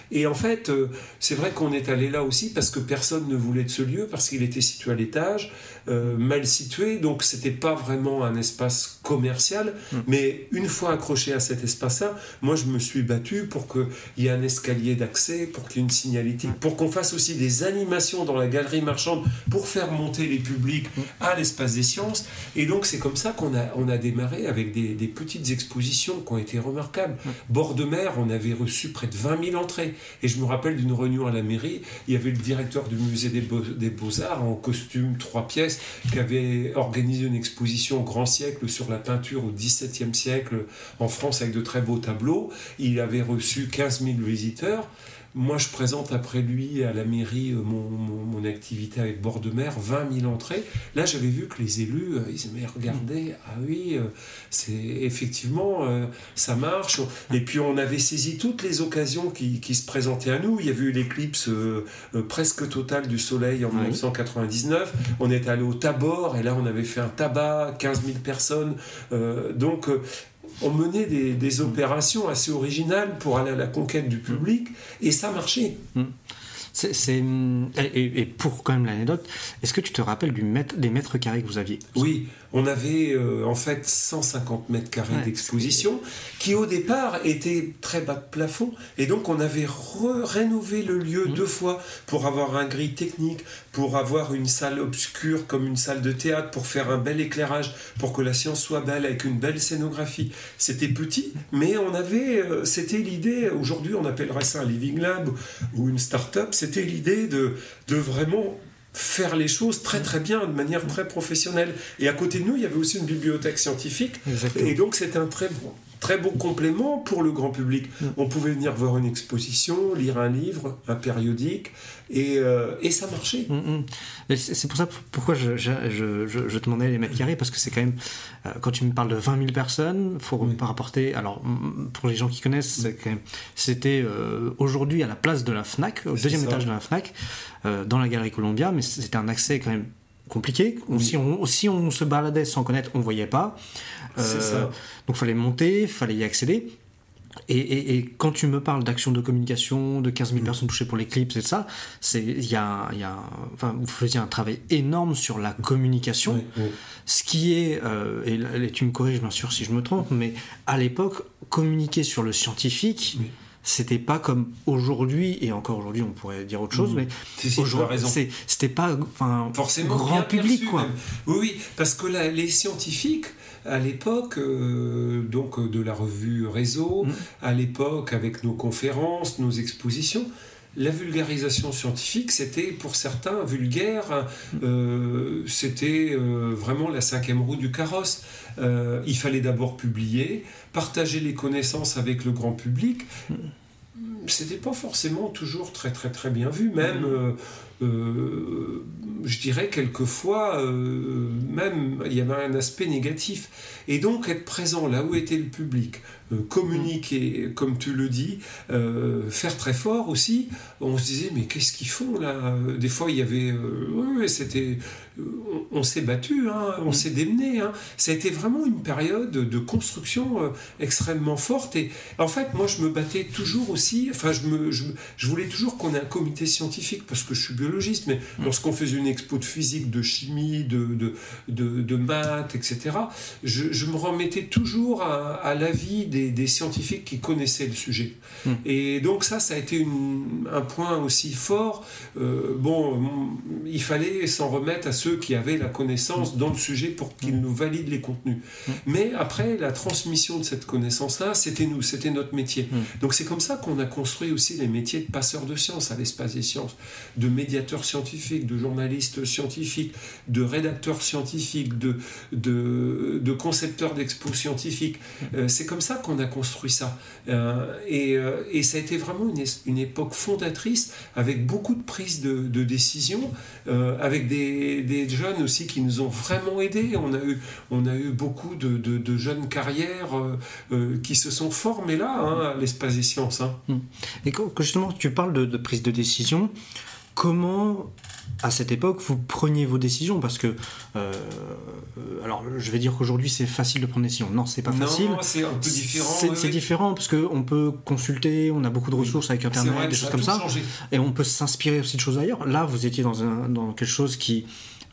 Et en fait, euh, c'est vrai qu'on est allé là aussi parce que personne ne voulait de ce lieu, parce qu'il était situé à l'étage, euh, mal situé, donc c'était pas vraiment un espace commercial, mmh. mais une fois accroché à cet espace-là, moi je me suis battu pour qu'il y ait un escalier d'accès, pour qu'il y ait une signalétique, pour qu'on fasse aussi des animations dans la galerie marchande pour faire monter les publics à l'espace des sciences. Et donc c'est comme ça qu'on a, on a démarré avec des, des petites expositions qui ont été remarquables. Bord de mer, on avait reçu près de vingt mille entrées. Et je me rappelle d'une réunion à la mairie, il y avait le directeur du musée des, Beaux- des Beaux-Arts en costume trois pièces qui avait organisé une exposition au grand siècle sur la peinture au dix-septième siècle en France avec de très beaux tableaux. Il avait reçu quinze mille visiteurs. Moi, je présente après lui à la mairie mon, mon, mon activité avec Bord de Mer, vingt mille entrées. Là, j'avais vu que les élus, ils disaient, mais regardez, ah oui, c'est effectivement, euh, ça marche. Et puis, on avait saisi toutes les occasions qui, qui se présentaient à nous. Il y avait eu l'éclipse euh, euh, presque totale du soleil en oui. dix-neuf cent quatre-vingt-dix-neuf. On est allé au Tabor, et là, on avait fait un tabac, quinze mille personnes. Euh, donc, euh, on menait des, des opérations assez originales pour aller à la conquête du public, et ça marchait. Mmh. C'est, c'est, et, et pour quand même l'anecdote, est-ce que tu te rappelles du mètre, des mètres carrés que vous aviez ? Oui, on avait euh, en fait cent cinquante mètres carrés ouais, d'exposition qui au départ était très bas de plafond, et donc on avait re- rénové le lieu mmh. deux fois pour avoir un grille technique, pour avoir une salle obscure comme une salle de théâtre, pour faire un bel éclairage, pour que la science soit belle avec une belle scénographie. C'était petit, mais on avait, euh, c'était l'idée, aujourd'hui on appellerait ça un living lab ou une start-up, c'était l'idée de, de vraiment faire les choses très très bien, de manière très professionnelle. Et à côté de nous, il y avait aussi une bibliothèque scientifique. Exactement. Et donc c'était un très bon, très bon complément pour le grand public. Mm. On pouvait venir voir une exposition, lire un livre, un périodique, et, euh, et ça marchait. Mm, mm. Et c'est, c'est pour ça pourquoi je, je, je, je, je te demandais les mètres carrés, parce que c'est quand même, euh, quand tu me parles de vingt mille personnes, il faut oui. rapporter, alors pour les gens qui connaissent, c'est quand même, c'était euh, aujourd'hui à la place de la FNAC, au c'est deuxième ça. étage de la FNAC, euh, dans la galerie Columbia, mais c'était un accès quand même compliqué. Oui. Si, on, si on se baladait sans connaître, on ne voyait pas. Euh, c'est ça. Donc il fallait monter, il fallait y accéder. Et, et, et quand tu me parles d'actions de communication, de quinze mille mmh. personnes touchées pour l'éclipse et ça, c'est, y a, y a, enfin, vous faisiez un travail énorme sur la communication, oui, oui. ce qui est, euh, et, et tu me corriges bien sûr si je me trompe, mais à l'époque, communiquer sur le scientifique, oui. c'était pas comme aujourd'hui, et encore aujourd'hui on pourrait dire autre chose, mmh. mais si, si, aujourd'hui c'est, c'était pas enfin, forcément grand bien public perçu, quoi. Même. Oui, oui, parce que là, les scientifiques à l'époque euh, donc de la revue Réseau, mmh. à l'époque avec nos conférences, nos expositions, la vulgarisation scientifique, c'était pour certains vulgaire, euh, c'était euh, vraiment la cinquième roue du carrosse. Euh, il fallait d'abord publier, partager les connaissances avec le grand public. C'était pas forcément toujours très très très bien vu, même euh, euh, je dirais quelquefois euh, même il y avait un aspect négatif, et donc être présent là où était le public, euh, communiquer mmh. comme tu le dis, euh, faire très fort aussi, on se disait mais qu'est-ce qu'ils font là, des fois il y avait euh, ouais, c'était on, on s'est battu, hein, on mmh. s'est démené, hein. Ça a été vraiment une période de construction euh, extrêmement forte, et en fait moi je me battais toujours aussi, enfin je, me, je, je voulais toujours qu'on ait un comité scientifique parce que je suis biologiste, mais mmh. lorsqu'on faisait une expo de physique, de chimie, de, de, de, de maths, et cetera, je, je me remettais toujours à, à l'avis des, des scientifiques qui connaissaient le sujet. Mmh. Et donc ça, ça a été une, un point aussi fort. Euh, bon, il fallait s'en remettre à ceux qui avaient la connaissance mmh. dans le sujet pour qu'ils mmh. nous valident les contenus. Mmh. Mais après, la transmission de cette connaissance-là, c'était nous, c'était notre métier. Mmh. Donc c'est comme ça qu'on a construit aussi les métiers de passeurs de sciences à l'espace des sciences, de médiateurs scientifiques, de journalistes scientifiques, de rédacteurs scientifiques, de, de, de concepteurs d'expos scientifiques. Euh, c'est comme ça qu'on a construit ça. Euh, et, euh, et ça a été vraiment une, une époque fondatrice, avec beaucoup de prises de, de décision, euh, avec des, des jeunes aussi qui nous ont vraiment aidés. On a eu, on a eu beaucoup de, de, de jeunes carrières euh, euh, qui se sont formées là, hein, à l'espace des sciences. Hein. Et quand justement tu parles de, de prise de décision, comment, à cette époque, vous preniez vos décisions? Parce que, euh, alors, je vais dire qu'aujourd'hui, c'est facile de prendre des décisions. Non, c'est pas facile. Non, c'est un peu différent. C'est, oui, c'est oui. différent parce qu'on peut consulter, on a beaucoup de ressources oui. avec Internet, vrai, des ça choses comme ça. Changé. Et on peut s'inspirer aussi de choses ailleurs. Là, vous étiez dans, un, dans quelque chose qui...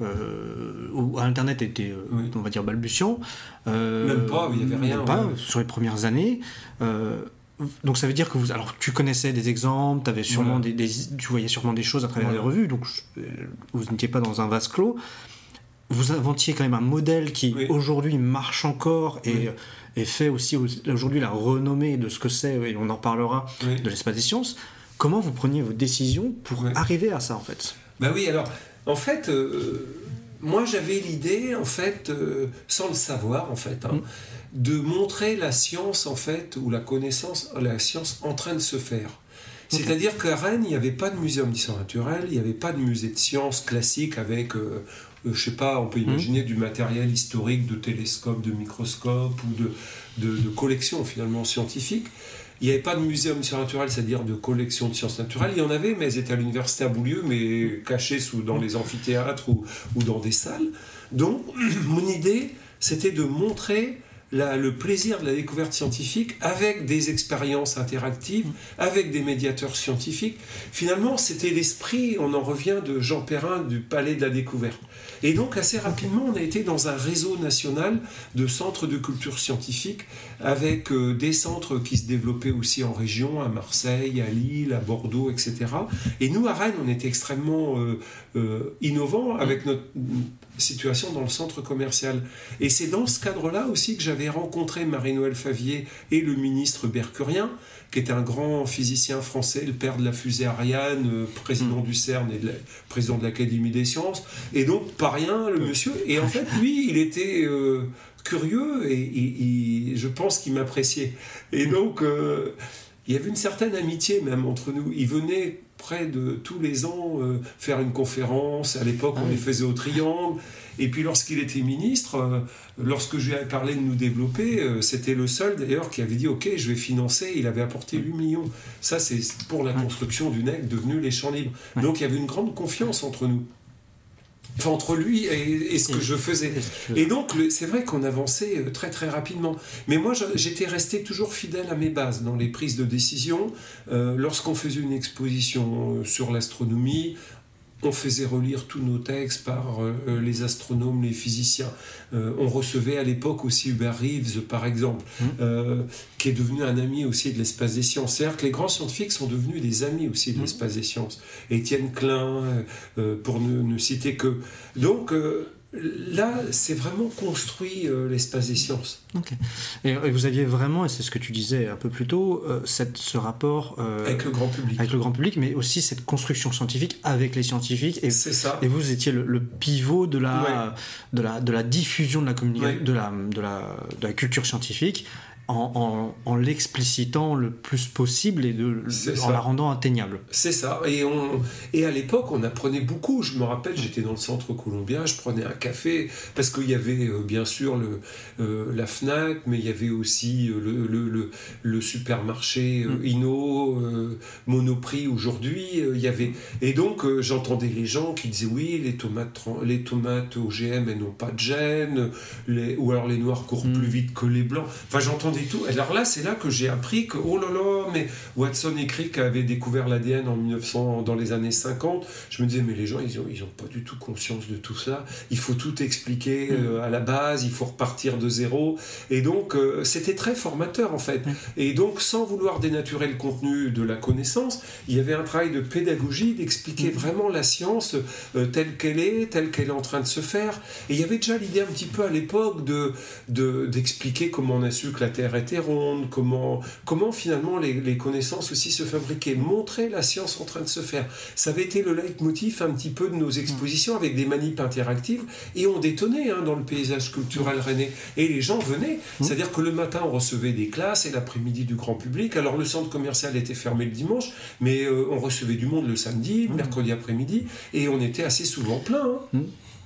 Euh, où Internet était, euh, oui. on va dire, balbutiant. Euh, même pas, il n'y avait rien. Même pas, ouais. sur les premières années. Euh, donc ça veut dire que vous, alors tu connaissais des exemples, t'avais sûrement voilà. des, des, tu voyais sûrement des choses à travers voilà. les revues, donc vous n'étiez pas dans un vase clos. Vous inventiez quand même un modèle qui oui. aujourd'hui marche encore et, oui. et fait aussi aujourd'hui la renommée de ce que c'est, et on en parlera, oui. de l'espace des sciences. Comment vous preniez vos décisions pour oui. arriver à ça en fait? Ben oui, alors en fait, euh, moi j'avais l'idée, en fait, euh, sans le savoir, en fait, hein, mmh. de montrer la science, en fait, ou la connaissance, la science en train de se faire. Okay. C'est-à-dire qu'à Rennes, il n'y avait pas de muséum d'histoire naturelle, il n'y avait pas de musée de sciences classique avec, euh, euh, je sais pas, on peut imaginer mmh. du matériel historique, de télescopes, de microscopes, ou de, de, de collections, finalement, scientifiques. Il n'y avait pas de muséum surnaturel, c'est-à-dire de collection de sciences naturelles. Il y en avait, mais elles étaient à l'université à Boulieu, mais cachées sous, dans les amphithéâtres ou, ou dans des salles. Donc, mon idée, c'était de montrer la, le plaisir de la découverte scientifique avec des expériences interactives, avec des médiateurs scientifiques. Finalement, c'était l'esprit, on en revient, de Jean Perrin du Palais de la Découverte. Et donc, assez rapidement, on a été dans un réseau national de centres de culture scientifique, avec euh, des centres qui se développaient aussi en région, à Marseille, à Lille, à Bordeaux, et cetera. Et nous, à Rennes, on était extrêmement euh, euh, innovants avec notre situation dans le centre commercial. Et c'est dans ce cadre-là aussi que j'avais rencontré Marie-Noëlle Favier et le ministre Bercurien, qui est un grand physicien français, le père de la fusée Ariane, président du CERN et de la, président de l'Académie des sciences. Et donc, pas rien, le monsieur. Et en fait, lui, il était euh, curieux et, et, et je pense qu'il m'appréciait. Et donc, euh, il y avait une certaine amitié même entre nous. Il venait près de tous les ans euh, faire une conférence. À l'époque, on les faisait au Triangle. Et puis lorsqu'il était ministre, euh, lorsque je lui ai parlé de nous développer, euh, c'était le seul d'ailleurs qui avait dit « Ok, je vais financer ». Il avait apporté huit millions. Ça, c'est pour la construction du N E C devenu les Champs Libres. Donc il y avait une grande confiance entre nous. Enfin, entre lui et, et ce que je faisais. Et donc, le, c'est vrai qu'on avançait très très rapidement. Mais moi, j'étais resté toujours fidèle à mes bases dans les prises de décision. Euh, lorsqu'on faisait une exposition sur l'astronomie, on faisait relire tous nos textes par euh, les astronomes, les physiciens. Euh, on recevait à l'époque aussi Hubert Reeves, par exemple, mmh. euh, qui est devenu un ami aussi de l'espace des sciences. C'est-à-dire que les grands scientifiques sont devenus des amis aussi de mmh. l'espace des sciences. Étienne Klein, euh, pour ne, ne citer que... Donc... Euh, là, c'est vraiment construit euh, l'espace des sciences. Okay. Et, et vous aviez vraiment, et c'est ce que tu disais un peu plus tôt, euh, cette, ce rapport euh, avec le grand public, avec le grand public, mais aussi cette construction scientifique avec les scientifiques. Et, c'est ça. Et vous étiez le, le pivot de la, ouais. de la de la diffusion de la communication, ouais. de la de la de la culture scientifique. En, en, en l'explicitant le plus possible et de, en la rendant atteignable. C'est ça. Et, on, et à l'époque, on apprenait beaucoup. Je me rappelle, j'étais dans le centre Columbia, je prenais un café, parce qu'il y avait euh, bien sûr le, euh, la Fnac, mais il y avait aussi euh, le, le, le, le supermarché euh, Inno, euh, Monoprix aujourd'hui. Euh, il y avait... Et donc, euh, j'entendais les gens qui disaient oui, les tomates, les tomates O G M, elles n'ont pas de gènes, les, ou alors les noirs courent mm. plus vite que les blancs. Enfin, j'entendais et tout. Alors là, c'est là que j'ai appris que, oh là là, mais Watson et Crick avaient découvert l'A D N en mille neuf cents, dans les années cinquante. Je me disais, mais les gens, ils n'ont ils ont pas du tout conscience de tout ça. Il faut tout expliquer euh, à la base, il faut repartir de zéro. Et donc, euh, c'était très formateur, en fait. Et donc, sans vouloir dénaturer le contenu de la connaissance, il y avait un travail de pédagogie, d'expliquer vraiment la science euh, telle qu'elle est, telle qu'elle est en train de se faire. Et il y avait déjà l'idée un petit peu à l'époque de, de, d'expliquer comment on a su que la Terre était ronde, comment, comment finalement les, les connaissances aussi se fabriquaient, montrer la science en train de se faire. Ça avait été le leitmotiv un petit peu de nos expositions avec des manips interactives et on détonnait hein, dans le paysage culturel rennais. Et les gens venaient, c'est-à-dire que le matin on recevait des classes et l'après-midi du grand public. Alors le centre commercial était fermé le dimanche, mais euh, on recevait du monde le samedi, le mercredi après-midi et on était assez souvent plein. Hein.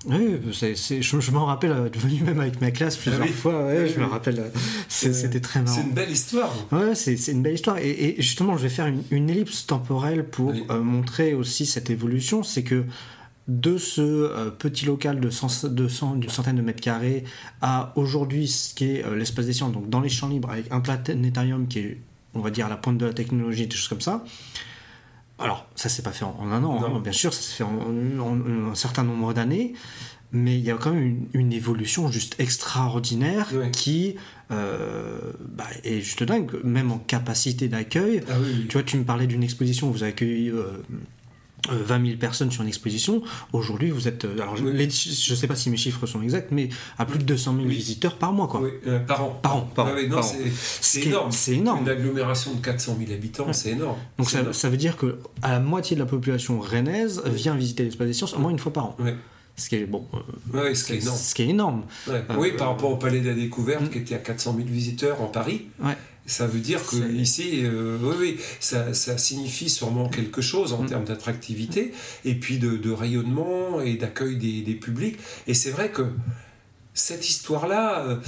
Oui, c'est, c'est, je, je m'en rappelle être venu même avec ma classe plusieurs ah oui. fois. Ouais, oui, je oui. me rappelle. C'est, c'était très marrant. C'est une belle histoire. Ouais, c'est, c'est une belle histoire. Et, et justement, je vais faire une, une ellipse temporelle pour oui. euh, montrer aussi cette évolution. C'est que de ce euh, petit local de cent, de cent, d'une centaine de mètres carrés à aujourd'hui ce qui est euh, l'espace des sciences, donc dans les champs libres, avec un planétarium qui est, on va dire, à la pointe de la technologie, des choses comme ça. Alors, ça ne s'est pas fait en, en un an, hein, bien sûr, ça s'est fait en, en, en un certain nombre d'années, mais il y a quand même une, une évolution juste extraordinaire oui. qui euh, bah, est juste dingue, même en capacité d'accueil. Ah, oui, oui. Tu vois, tu me parlais d'une exposition où vous avez accueilli euh, vingt mille personnes sur une exposition. Aujourd'hui, vous êtes... Alors, oui. les, je ne sais pas si mes chiffres sont exacts, mais à plus de deux cent mille oui. visiteurs par mois, quoi. Oui, euh, par an. Par an, par ah, an. Oui, non, par c'est, an. c'est, énorme. c'est énorme. Une agglomération de quatre cent mille habitants, ouais. c'est énorme. Donc c'est ça, énorme. ça veut dire que à la moitié de la population rennaise oui. vient visiter l'espace des sciences au moins une fois par an. Oui. Ce qui est, bon, euh, oui, ce qui est énorme. Ce qui est énorme. Ouais. Euh, oui, par rapport au Palais de la Découverte, mmh. qui était à quatre cent mille visiteurs en Paris. Ouais. Ça veut dire que c'est... ici, euh, oui, oui, ça, ça signifie sûrement quelque chose en mmh. termes d'attractivité et puis de, de rayonnement et d'accueil des, des publics. Et c'est vrai que cette histoire-là, euh,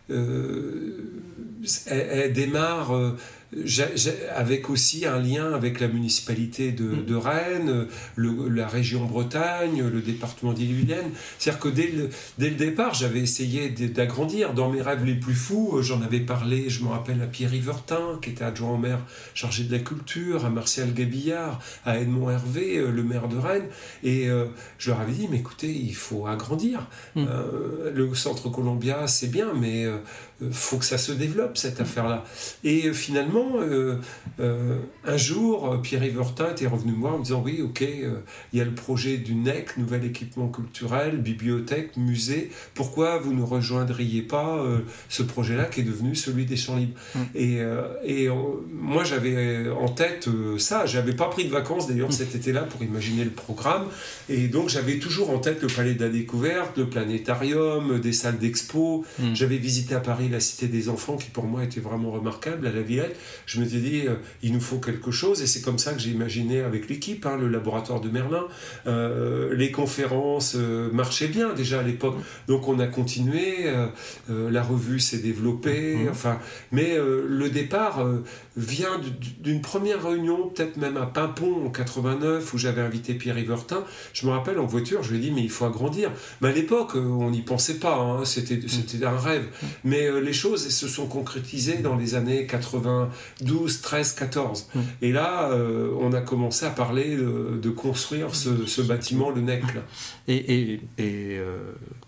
euh, elle, elle démarre euh, j'ai, j'ai, avec aussi un lien avec la municipalité de, mmh. de Rennes, le, la région Bretagne, le département d'Ille-et-Vilaine. C'est-à-dire que dès le, dès le départ, j'avais essayé d'agrandir. Dans mes rêves les plus fous, j'en avais parlé, je me rappelle, à Pierre Yvertin, qui était adjoint au maire chargé de la culture, à Martial Gabillard, à Edmond Hervé, le maire de Rennes. Et euh, je leur avais dit, mais écoutez, il faut agrandir. Mmh. Euh, le centre Columbia, c'est bien, mais il euh, faut que ça se développe, cette affaire-là. Et euh, finalement, Euh, euh, un jour, Pierre Yvertin était revenu me voir en me disant oui, ok, il euh, y a le projet du N E C, nouvel équipement culturel, bibliothèque, musée. Pourquoi vous ne rejoindriez pas euh, ce projet-là qui est devenu celui des Champs Libres mmh. Et, euh, et euh, moi, j'avais en tête euh, ça. J'avais pas pris de vacances d'ailleurs mmh. cet été-là pour imaginer le programme. Et donc, j'avais toujours en tête le Palais de la Découverte, le planétarium, des salles d'expo. Mmh. J'avais visité à Paris la Cité des Enfants, qui pour moi était vraiment remarquable, à la Villette. Je me suis dit, euh, il nous faut quelque chose, et c'est comme ça que j'ai imaginé avec l'équipe, hein, le laboratoire de Merlin. Euh, les conférences euh, marchaient bien déjà à l'époque, donc on a continué, euh, euh, la revue s'est développée, mmh. enfin, mais euh, le départ euh, vient d'une première réunion, peut-être même à Pimpon en quatre-vingt-neuf, où j'avais invité Pierre Yvertin. Je me rappelle, en voiture, je lui ai dit, mais il faut agrandir. Mais à l'époque, euh, on n'y pensait pas, hein, c'était, c'était un rêve. Mais euh, les choses se sont concrétisées dans les années quatre-vingt-douze, treize, quatorze. Mmh. Et là, euh, on a commencé à parler de, de construire ce, ce bâtiment, le N E C. Là. Et, et, et euh,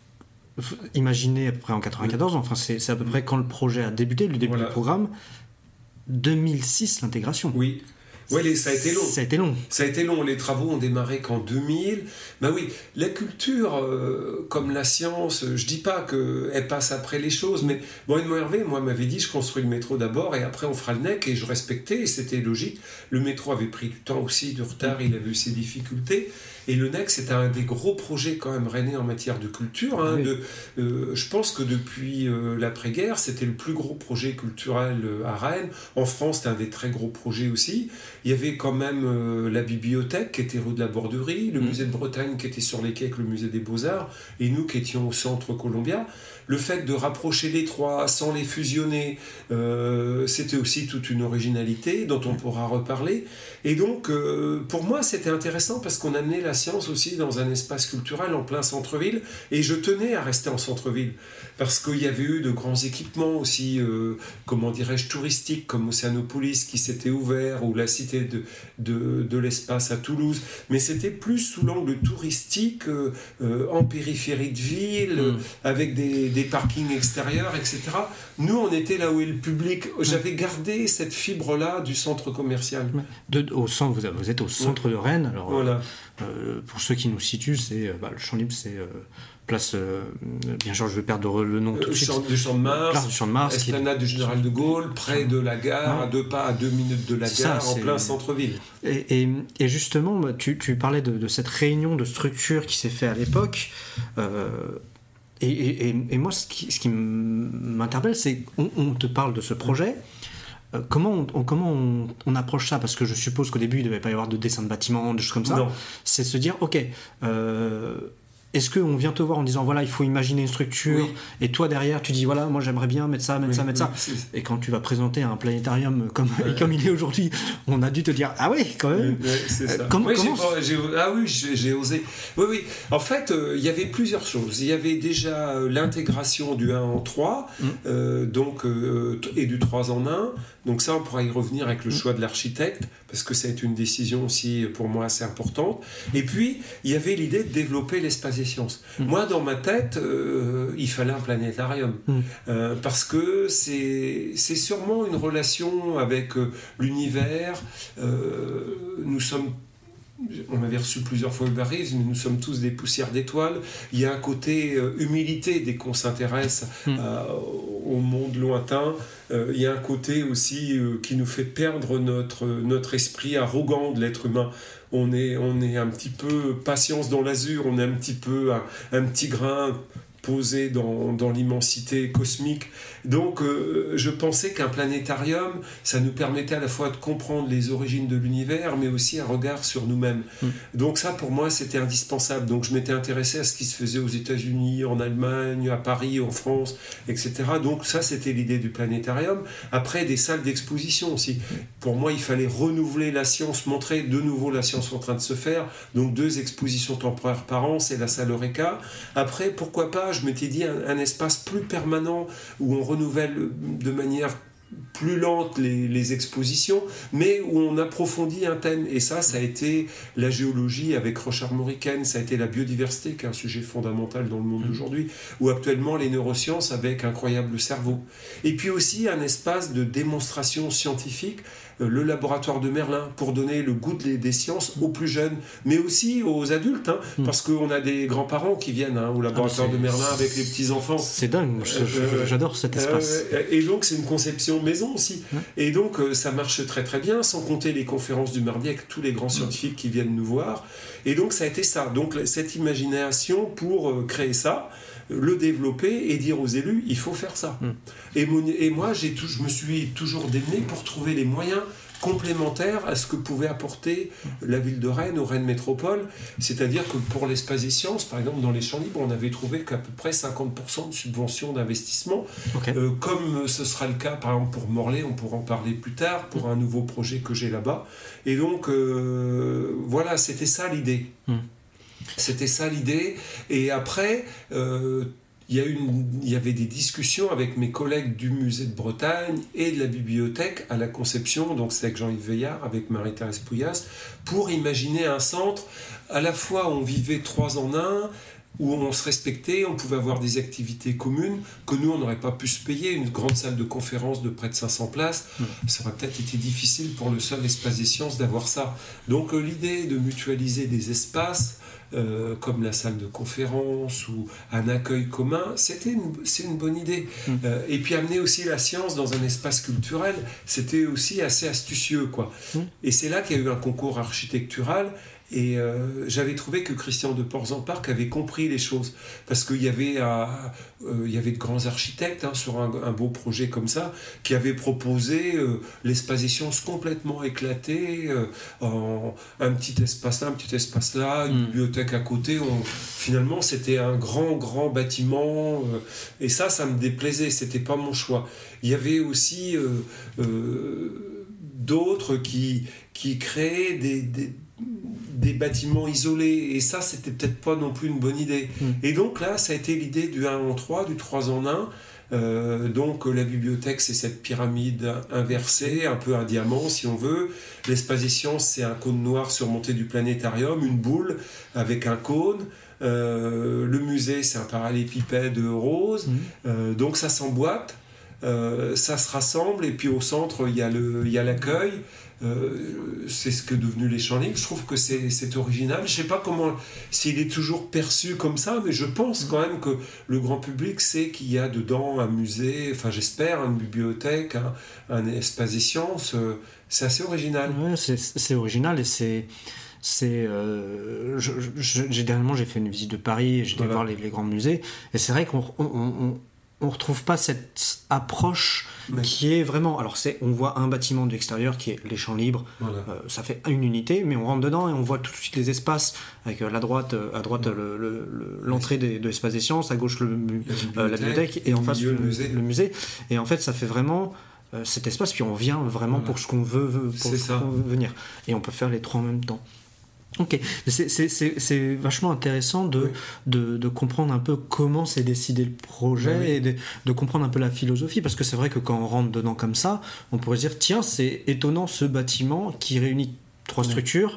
imaginez à peu près en quatre-vingt-quatorze, enfin c'est, c'est à peu près quand le projet a débuté, le début voilà. du programme, deux mille six, l'intégration. Oui. Oui, ça a été long. Ça a été long. Ça a été long. Les travaux ont démarré qu'en deux mille. Ben oui, la culture, euh, comme la science, je dis pas qu'elle passe après les choses, mais bon, Edmond Hervé, moi, m'avait dit, je construis le métro d'abord et après on fera le N E C, et je respectais, et c'était logique. Le métro avait pris du temps aussi, de retard, il avait eu ses difficultés. Et le N E C, c'était un des gros projets quand même rennais en matière de culture. Hein, oui. de, euh, je pense que depuis euh, l'après-guerre, c'était le plus gros projet culturel euh, à Rennes. En France, c'était un des très gros projets aussi. Il y avait quand même euh, la bibliothèque qui était rue de la Borderie, le mmh. musée de Bretagne qui était sur les quais avec le musée des Beaux-Arts, et nous qui étions au centre Columbia. Le fait de rapprocher les trois sans les fusionner, euh, c'était aussi toute une originalité dont on pourra reparler. Et donc, euh, pour moi, c'était intéressant parce qu'on amenait la science aussi dans un espace culturel en plein centre-ville. Et je tenais à rester en centre-ville parce qu'il y avait eu de grands équipements aussi, euh, comment dirais-je, touristiques, comme Océanopolis qui s'était ouvert, ou la Cité de, de, de l'espace à Toulouse. Mais c'était plus sous l'angle touristique, euh, euh, en périphérie de ville, mmh. euh, avec des, des parkings extérieurs, et cetera. Nous, on était là où est le public. J'avais gardé cette fibre-là du centre commercial. De, au centre, vous, vous êtes au centre ouais. de Rennes. Alors, voilà. euh, pour ceux qui nous situent, c'est, bah, le Champ Libre, c'est... Euh, place, euh, bien sûr, je vais perdre le nom euh, tout de suite. Champ, du Champ de Mars, place du Champ de Mars, Esplanade est... du Général de Gaulle, près de la gare, ouais. à deux pas, à deux minutes de la c'est gare, ça, en plein centre-ville. Et, et, et justement, tu, tu parlais de, de cette réunion de structure qui s'est faite à l'époque. Euh, et, et, et moi, ce qui, ce qui m'interpelle, c'est qu'on on te parle de ce projet. Euh, comment on, on, comment on, on approche ça? Parce que je suppose qu'au début, il ne devait pas y avoir de dessin de bâtiment, de choses comme ça. Non. C'est se dire, ok... Euh, est-ce qu'on vient te voir en disant voilà, il faut imaginer une structure, oui. et toi derrière tu dis voilà, moi j'aimerais bien mettre ça, mettre oui, ça, mettre oui, ça, c'est... et quand tu vas présenter un planétarium comme, ouais. comme il est aujourd'hui, on a dû te dire ah oui, quand même. Oui, c'est ça. Comme, oui, comment... j'ai, j'ai, ah oui, j'ai, j'ai osé. Oui, oui. En fait, euh, il y avait plusieurs choses. Il y avait déjà euh, l'intégration du un en trois, mmh. euh, donc, euh, et du trois en un. Donc ça, on pourra y revenir avec le mmh. choix de l'architecte, parce que c'est une décision aussi pour moi assez importante. Et puis, il y avait l'idée de développer l'espace des sciences. Mmh. Moi, dans ma tête, euh, il fallait un planétarium. Mmh. Euh, parce que c'est, c'est sûrement une relation avec euh, l'univers. Euh, nous sommes On avait reçu plusieurs fois Uber Eats, mais nous sommes tous des poussières d'étoiles. Il y a un côté euh, humilité dès qu'on s'intéresse mmh. euh, au monde lointain. Euh, il y a un côté aussi euh, qui nous fait perdre notre, notre esprit arrogant de l'être humain. On est, on est un petit peu patience dans l'azur, on est un petit peu un, un petit grain posé dans, dans l'immensité cosmique. Donc euh, je pensais qu'un planétarium, ça nous permettait à la fois de comprendre les origines de l'univers, mais aussi un regard sur nous-mêmes. Mmh. Donc ça, pour moi, c'était indispensable. Donc je m'étais intéressé à ce qui se faisait aux États-Unis, en Allemagne, à Paris, en France, et cetera. Donc ça, c'était l'idée du planétarium. Après, des salles d'exposition aussi. Mmh. Pour moi, il fallait renouveler la science, montrer de nouveau la science en train de se faire. Donc deux expositions temporaires par an, c'est la salle Eureka. Après, pourquoi pas, je m'étais dit un, un espace plus permanent où on renouvelle de manière plus lente les, les expositions, mais où on approfondit un thème. Et ça, ça a été la géologie avec Roche Armoricaine, ça a été la biodiversité, qui est un sujet fondamental dans le monde d'aujourd'hui, ou actuellement les neurosciences avec Incroyable Cerveau. Et puis aussi un espace de démonstration scientifique, le laboratoire de Merlin, pour donner le goût des, des sciences aux plus jeunes, mais aussi aux adultes, hein, mmh. parce qu'on a des grands-parents qui viennent hein, au laboratoire ah, de Merlin avec les petits-enfants. C'est dingue, euh, j'adore cet espace. Euh, et donc c'est une conception maison aussi. Mmh. Et donc euh, ça marche très très bien, sans compter les conférences du mardi avec tous les grands scientifiques mmh. qui viennent nous voir. Et donc ça a été ça, donc cette imagination pour euh, créer ça, le développer et dire aux élus, il faut faire ça. Mmh. Et, mon, et moi, j'ai tout, je me suis toujours démené pour trouver les moyens complémentaires à ce que pouvait apporter la ville de Rennes ou Rennes Métropole. C'est-à-dire que pour l'espace des sciences, par exemple, dans les champs libres, on avait trouvé qu'à peu près cinquante pour cent de subventions d'investissement. Okay. Euh, comme ce sera le cas, par exemple, pour Morlaix, on pourra en parler plus tard, pour mmh. un nouveau projet que j'ai là-bas. Et donc, euh, voilà, c'était ça l'idée. Mmh. C'était ça l'idée. Et après, euh, il y a une, il y avait des discussions avec mes collègues du musée de Bretagne et de la bibliothèque à la conception, donc c'est avec Jean-Yves Veillard, avec Marie-Thérèse Pouillas, pour imaginer un centre à la fois où on vivait trois en un, où on se respectait, on pouvait avoir des activités communes que nous, on n'aurait pas pu se payer. Une grande salle de conférence de près de cinq cents places, mmh. ça aurait peut-être été difficile pour le seul espace des sciences d'avoir ça. Donc euh, l'idée de mutualiser des espaces, Euh, comme la salle de conférence ou un accueil commun, c'était une, c'est une bonne idée. Mmh. Euh, et puis amener aussi la science dans un espace culturel, c'était aussi assez astucieux, quoi. Mmh. Et c'est là qu'il y a eu un concours architectural. Et euh, j'avais trouvé que Christian de Porzenparc avait compris les choses, parce qu'il y avait, euh, euh, il y avait de grands architectes hein, sur un, un beau projet comme ça, qui avaient proposé euh, l'espace des sciences complètement éclaté, euh, en un petit espace là, un petit espace là, une mmh. bibliothèque à côté. On, finalement, c'était un grand, grand bâtiment, euh, et ça, ça me déplaisait, c'était pas mon choix. Il y avait aussi euh, euh, d'autres qui, qui créaient des, des des bâtiments isolés, et ça c'était peut-être pas non plus une bonne idée. Mmh. Et donc là ça a été l'idée du un en trois, du trois en un. Euh, donc la bibliothèque c'est cette pyramide inversée, un peu un diamant si on veut. L'espace des sciences c'est un cône noir surmonté du planétarium, une boule avec un cône. Euh, le musée c'est un parallélépipède rose. Mmh. Euh, donc ça s'emboîte, euh, ça se rassemble, et puis au centre il y a le, il y a l'accueil. Euh, c'est ce que est devenu les champs libres. Je trouve que c'est, c'est original. Je sais pas comment, s'il est toujours perçu comme ça, mais je pense quand même que le grand public sait qu'il y a dedans un musée, enfin j'espère, une bibliothèque, un, un espace des sciences. C'est assez original. Ouais, c'est, c'est original et c'est... C'est, euh, je, je, j'ai, dernièrement j'ai fait une visite de Paris et j'étais voilà. voir les, les grands musées, et c'est vrai qu'on on, on, on retrouve pas cette approche ouais. qui est vraiment... Alors, c'est, on voit un bâtiment de l'extérieur qui est les champs libres, voilà. euh, ça fait une unité, mais on rentre dedans et on voit tout de suite les espaces, avec euh, la droite, euh, à droite ouais. le, le, le, l'entrée des, de l'espace des sciences, à gauche le, euh, bibliothèque, la bibliothèque, et en face le, le, musée. le musée. Et en fait, ça fait vraiment... Euh, cet espace, puis on vient vraiment voilà. pour ce qu'on veut, veut pour ce qu'on veut venir. Et on peut faire les trois en même temps. Ok, c'est, c'est, c'est, c'est vachement intéressant de, oui. de, de comprendre un peu comment s'est décidé le projet oui. et de, de comprendre un peu la philosophie, parce que c'est vrai que quand on rentre dedans comme ça, on pourrait se dire, tiens, c'est étonnant ce bâtiment qui réunit trois oui. structures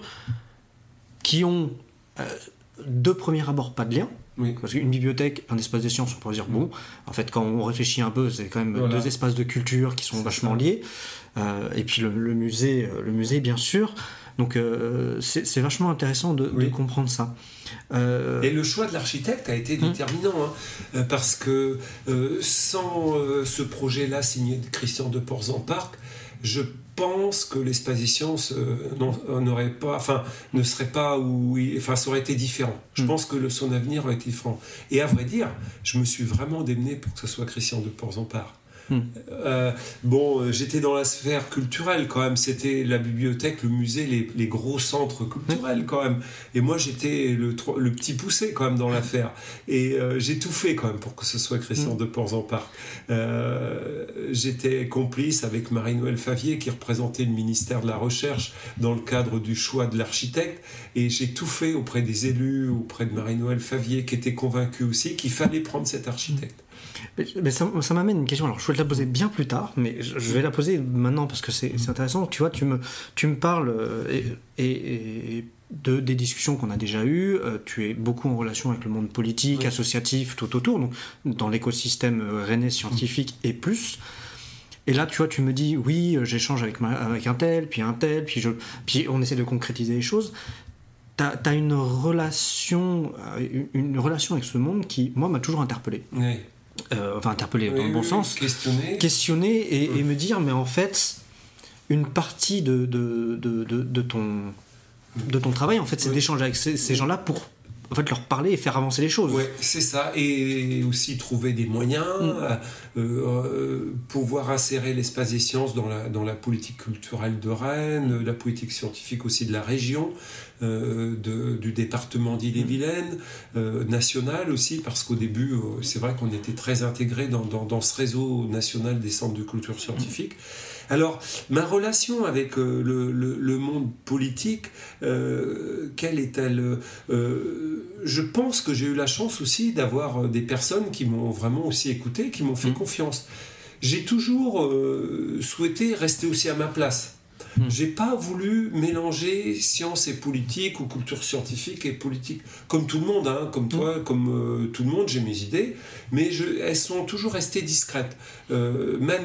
qui ont euh, de premier abord pas de lien. Oui. Parce qu'une bibliothèque, un espace des sciences, on pourrait dire, bon, en fait, quand on réfléchit un peu, c'est quand même voilà. deux espaces de culture qui sont c'est vachement ça. liés. Euh, et puis le, le, musée, le musée, bien sûr. Donc, euh, c'est, c'est vachement intéressant de, oui. de comprendre ça. Euh... Et le choix de l'architecte a été déterminant, mmh. hein, parce que euh, sans euh, ce projet-là signé de Christian de Portzamparc, je pense que l'espace des sciences euh, n'aurait pas, enfin, ne serait pas où, enfin, ça aurait été différent. Je mmh. pense que le, son avenir aurait été différent. Et à vrai dire, je me suis vraiment démené pour que ce soit Christian de Portzamparc. Mmh. Euh, bon, j'étais dans la sphère culturelle quand même. C'était la bibliothèque, le musée, les, les gros centres culturels quand même. Et moi, j'étais le, le petit poussé quand même dans l'affaire. Et euh, j'ai tout fait quand même pour que ce soit Christian mmh. de Portzamparc. Euh, j'étais complice avec Marie-Noëlle Favier qui représentait le ministère de la Recherche dans le cadre du choix de l'architecte. Et j'ai tout fait auprès des élus, auprès de Marie-Noëlle Favier qui était convaincue aussi qu'il fallait prendre cet architecte. Mais ça, ça m'amène une question, alors je vais te la poser bien plus tard, mais je, je vais la poser maintenant parce que c'est, c'est intéressant. Tu vois, tu me, tu me parles et, et, et de, des discussions qu'on a déjà eues, euh, tu es beaucoup en relation avec le monde politique, oui. associatif, tout autour, donc dans l'écosystème rennais scientifique et plus. Et là, tu vois, tu me dis, oui, j'échange avec, ma, avec un tel, puis un tel, puis, je, puis on essaie de concrétiser les choses. T'as, t'as une relation, une relation avec ce monde qui, moi, m'a toujours interpellé. Oui. Euh, enfin interpeller oui, dans le bon oui, sens, questionner, questionner et, oui. et me dire mais en fait une partie de, de, de, de, de, ton, de ton travail en fait c'est oui. d'échanger avec ces, ces gens-là pour en fait leur parler et faire avancer les choses. Oui, c'est ça, et aussi trouver des moyens, mm. euh, euh, pouvoir insérer l'espace des sciences dans la, dans la politique culturelle de Rennes, mm. la politique scientifique aussi de la région, euh, de, du département d'Ille-et-Vilaine, euh, national aussi, parce qu'au début, euh, c'est vrai qu'on était très intégrés dans, dans, dans ce réseau national des centres de culture scientifique. Mm. Alors, ma relation avec euh, le, le, le monde politique, euh, quelle est-elle euh, Je pense que j'ai eu la chance aussi d'avoir des personnes qui m'ont vraiment aussi écouté, qui m'ont fait mmh. confiance. J'ai toujours euh, souhaité rester aussi à ma place. Mmh. J'ai pas voulu mélanger science et politique ou culture scientifique et politique. Comme tout le monde, hein, comme toi, mmh. comme euh, tout le monde, j'ai mes idées, mais je, elles sont toujours restées discrètes, euh, même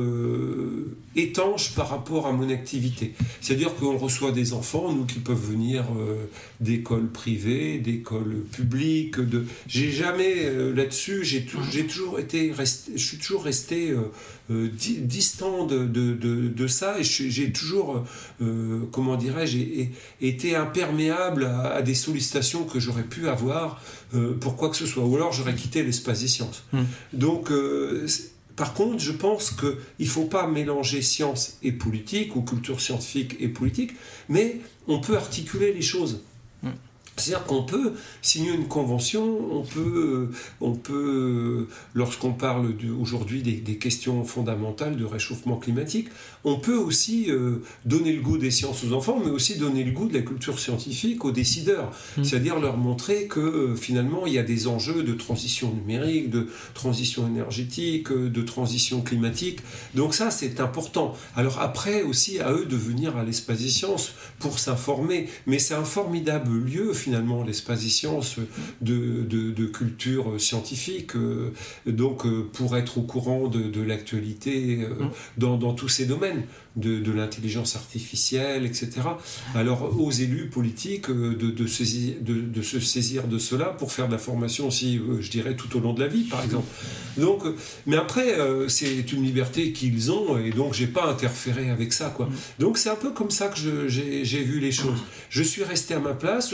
euh, étanches par rapport à mon activité. C'est-à-dire qu'on reçoit des enfants, nous, qui peuvent venir euh, d'écoles privées, d'écoles publiques. De... J'ai jamais, euh, là-dessus, j'ai, tout, j'ai toujours été, resté, je suis toujours resté euh, euh, di- distant de, de, de, de ça, et je, j'ai toujours, euh, comment dirais-je, été imperméable à, à des sollicitations que j'aurais pu avoir euh, pour quoi que ce soit, ou alors j'aurais quitté l'espace des sciences. Mmh. Donc, euh, par contre, je pense qu'il ne faut pas mélanger science et politique, ou culture scientifique et politique, mais on peut articuler les choses. Mmh. C'est-à-dire qu'on peut signer une convention, on peut, on peut lorsqu'on parle de, aujourd'hui des, des questions fondamentales de réchauffement climatique, on peut aussi euh, donner le goût des sciences aux enfants, mais aussi donner le goût de la culture scientifique aux décideurs. Mmh. C'est-à-dire leur montrer que euh, finalement, il y a des enjeux de transition numérique, de transition énergétique, de transition climatique. Donc ça, c'est important. Alors après, aussi, à eux de venir à l'espace des sciences pour s'informer. Mais c'est un formidable lieu, finalement, l'espace des sciences de, de, de culture scientifique, euh, donc euh, pour être au courant de, de l'actualité euh, mmh. dans, dans tous ces domaines, de, de l'intelligence artificielle, et cetera. Alors aux élus politiques euh, de, de, saisir, de, de se saisir de cela pour faire de la formation aussi, euh, je dirais, tout au long de la vie, par exemple. Donc, euh, mais après, euh, c'est une liberté qu'ils ont, et donc j'ai pas interféré avec ça, quoi. Mmh. Donc c'est un peu comme ça que je, j'ai, j'ai vu les choses. Je suis resté à ma place, je pense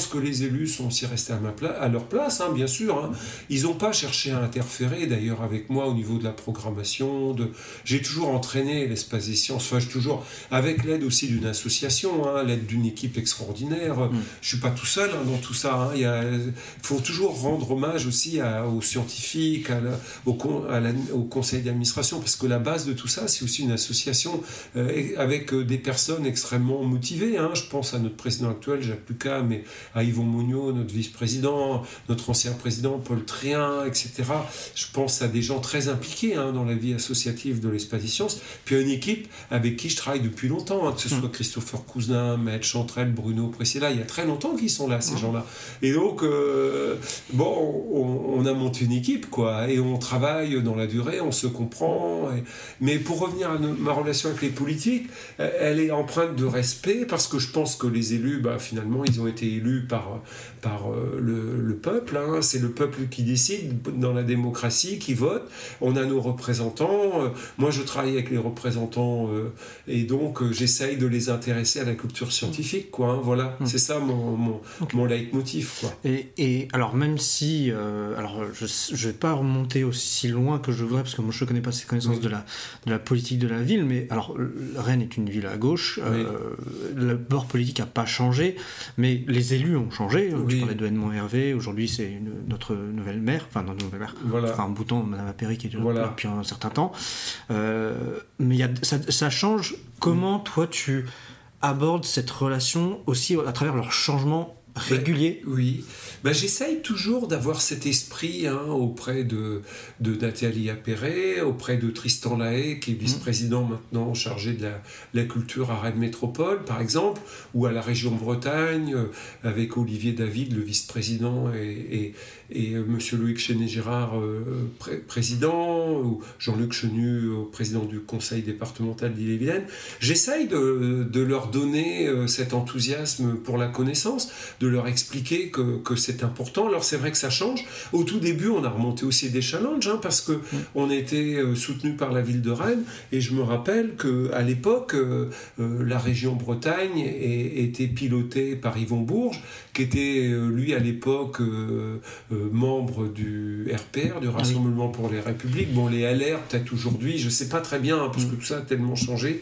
pense que les élus sont aussi restés à, ma pla- à leur place, hein, bien sûr. Hein. Ils n'ont pas cherché à interférer, d'ailleurs, avec moi au niveau de la programmation. De... J'ai toujours entraîné l'espace des sciences, enfin, je toujours, avec l'aide aussi d'une association, hein, l'aide d'une équipe extraordinaire. Mmh. Je ne suis pas tout seul hein, dans tout ça. Hein. Il y a... faut toujours rendre hommage aussi à, aux scientifiques, à la, au, con, à la, au conseil d'administration, parce que la base de tout ça, c'est aussi une association euh, avec euh, des personnes extrêmement motivées. Hein. Je pense à notre président actuel, Jacques Lucas, mais à Yvon Mougnot, notre vice-président, notre ancien président, Paul Tréhin, et cetera. Je pense à des gens très impliqués hein, dans la vie associative de l'Espace des Sciences, puis à une équipe avec qui je travaille depuis longtemps, hein, que ce soit Christopher Cousin, Maëlle Chantrel, Bruno Pressella, il y a très longtemps qu'ils sont là, ces mmh. gens-là. Et donc, euh, bon, on, on a monté une équipe, quoi, et on travaille dans la durée, on se comprend. Et... Mais pour revenir à ma relation avec les politiques, elle est empreinte de respect, parce que je pense que les élus, bah, finalement, ils ont été élus par, par euh, le, le peuple. Hein. C'est le peuple qui décide dans la démocratie, qui vote. On a nos représentants. Euh, moi, je travaille avec les représentants euh, et donc euh, j'essaye de les intéresser à la culture scientifique, quoi. Hein. Voilà, mmh. c'est ça mon, mon, okay. mon leitmotiv, quoi. Et, et alors, même si... Euh, alors, je ne vais pas remonter aussi loin que je voudrais, parce que moi, je ne connais pas ces connaissances oui. de, la, de la politique de la ville, mais alors, Rennes est une ville à gauche. Oui. Euh, le bord politique n'a pas changé, mais les élus ont changé. Oui. Je parlais de Edmond Hervé, aujourd'hui c'est une, notre nouvelle maire, enfin notre nouvelle maire, voilà. Enfin un bouton, Madame Appéry qui est déjà voilà. là depuis un certain temps. Euh, mais y a, ça, ça change. Comment toi tu abordes cette relation aussi à travers leur changement régulier? Ben, oui, ben, j'essaye toujours d'avoir cet esprit hein, auprès de, de Nathalie Appéré, auprès de Tristan Lahaye, qui est vice-président mmh. maintenant chargé de la, la culture à Rennes Métropole, par exemple, ou à la région Bretagne, euh, avec Olivier David, le vice-président, et, et, et euh, M. Loïc Chenet-Girard, euh, pré- président, ou Jean-Luc Chenu, euh, président du conseil départemental d'Ille-et-Vilaine. J'essaye de, de leur donner euh, cet enthousiasme pour la connaissance, de leur expliquer que, que c'est important. Alors c'est vrai que ça change. Au tout début, on a remonté aussi des challenges, hein, parce qu'on mmh. était euh, soutenu par la ville de Rennes, et je me rappelle qu'à l'époque, euh, euh, la région Bretagne est, était pilotée par Yvon Bourges, qui était, euh, lui, à l'époque, euh, euh, membre du R P R, du Rassemblement pour les Républiques. Bon, les L R, peut-être aujourd'hui, je ne sais pas très bien, hein, parce mmh. que tout ça a tellement changé.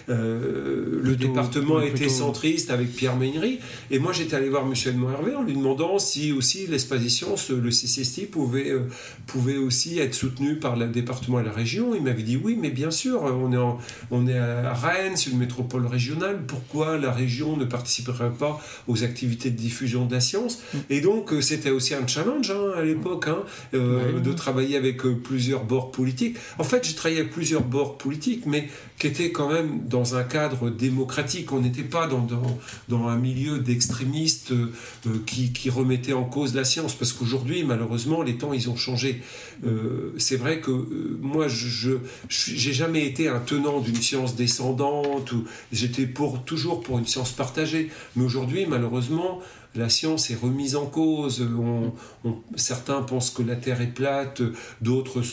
Euh, le plutôt, département a été centriste avec Pierre Ménry, et moi j'étais allé voir M. Edmond Hervé en lui demandant si aussi l'Espace des Sciences, le C C S T, pouvait, euh, pouvait aussi être soutenu par le département et la région. Il m'avait dit oui, mais bien sûr, on est, en, on est à Rennes, c'est une métropole régionale, pourquoi la région ne participerait pas aux activités de diffusion de la science? mmh. Et donc euh, c'était aussi un challenge hein, à l'époque, hein, euh, ouais. de travailler avec euh, plusieurs bords politiques. En fait, j'ai travaillé avec plusieurs bords politiques, mais qui étaient quand même dans un cadre démocratique. On n'était pas dans, dans, dans un milieu d'extrémistes euh, qui, qui remettaient en cause la science, parce qu'aujourd'hui, malheureusement, les temps, ils ont changé. Euh, c'est vrai que euh, moi, je, je, je j'ai jamais été un tenant d'une science descendante, ou j'étais pour, toujours pour une science partagée. Mais aujourd'hui, malheureusement, la science est remise en cause. On, on, certains pensent que la Terre est plate, d'autres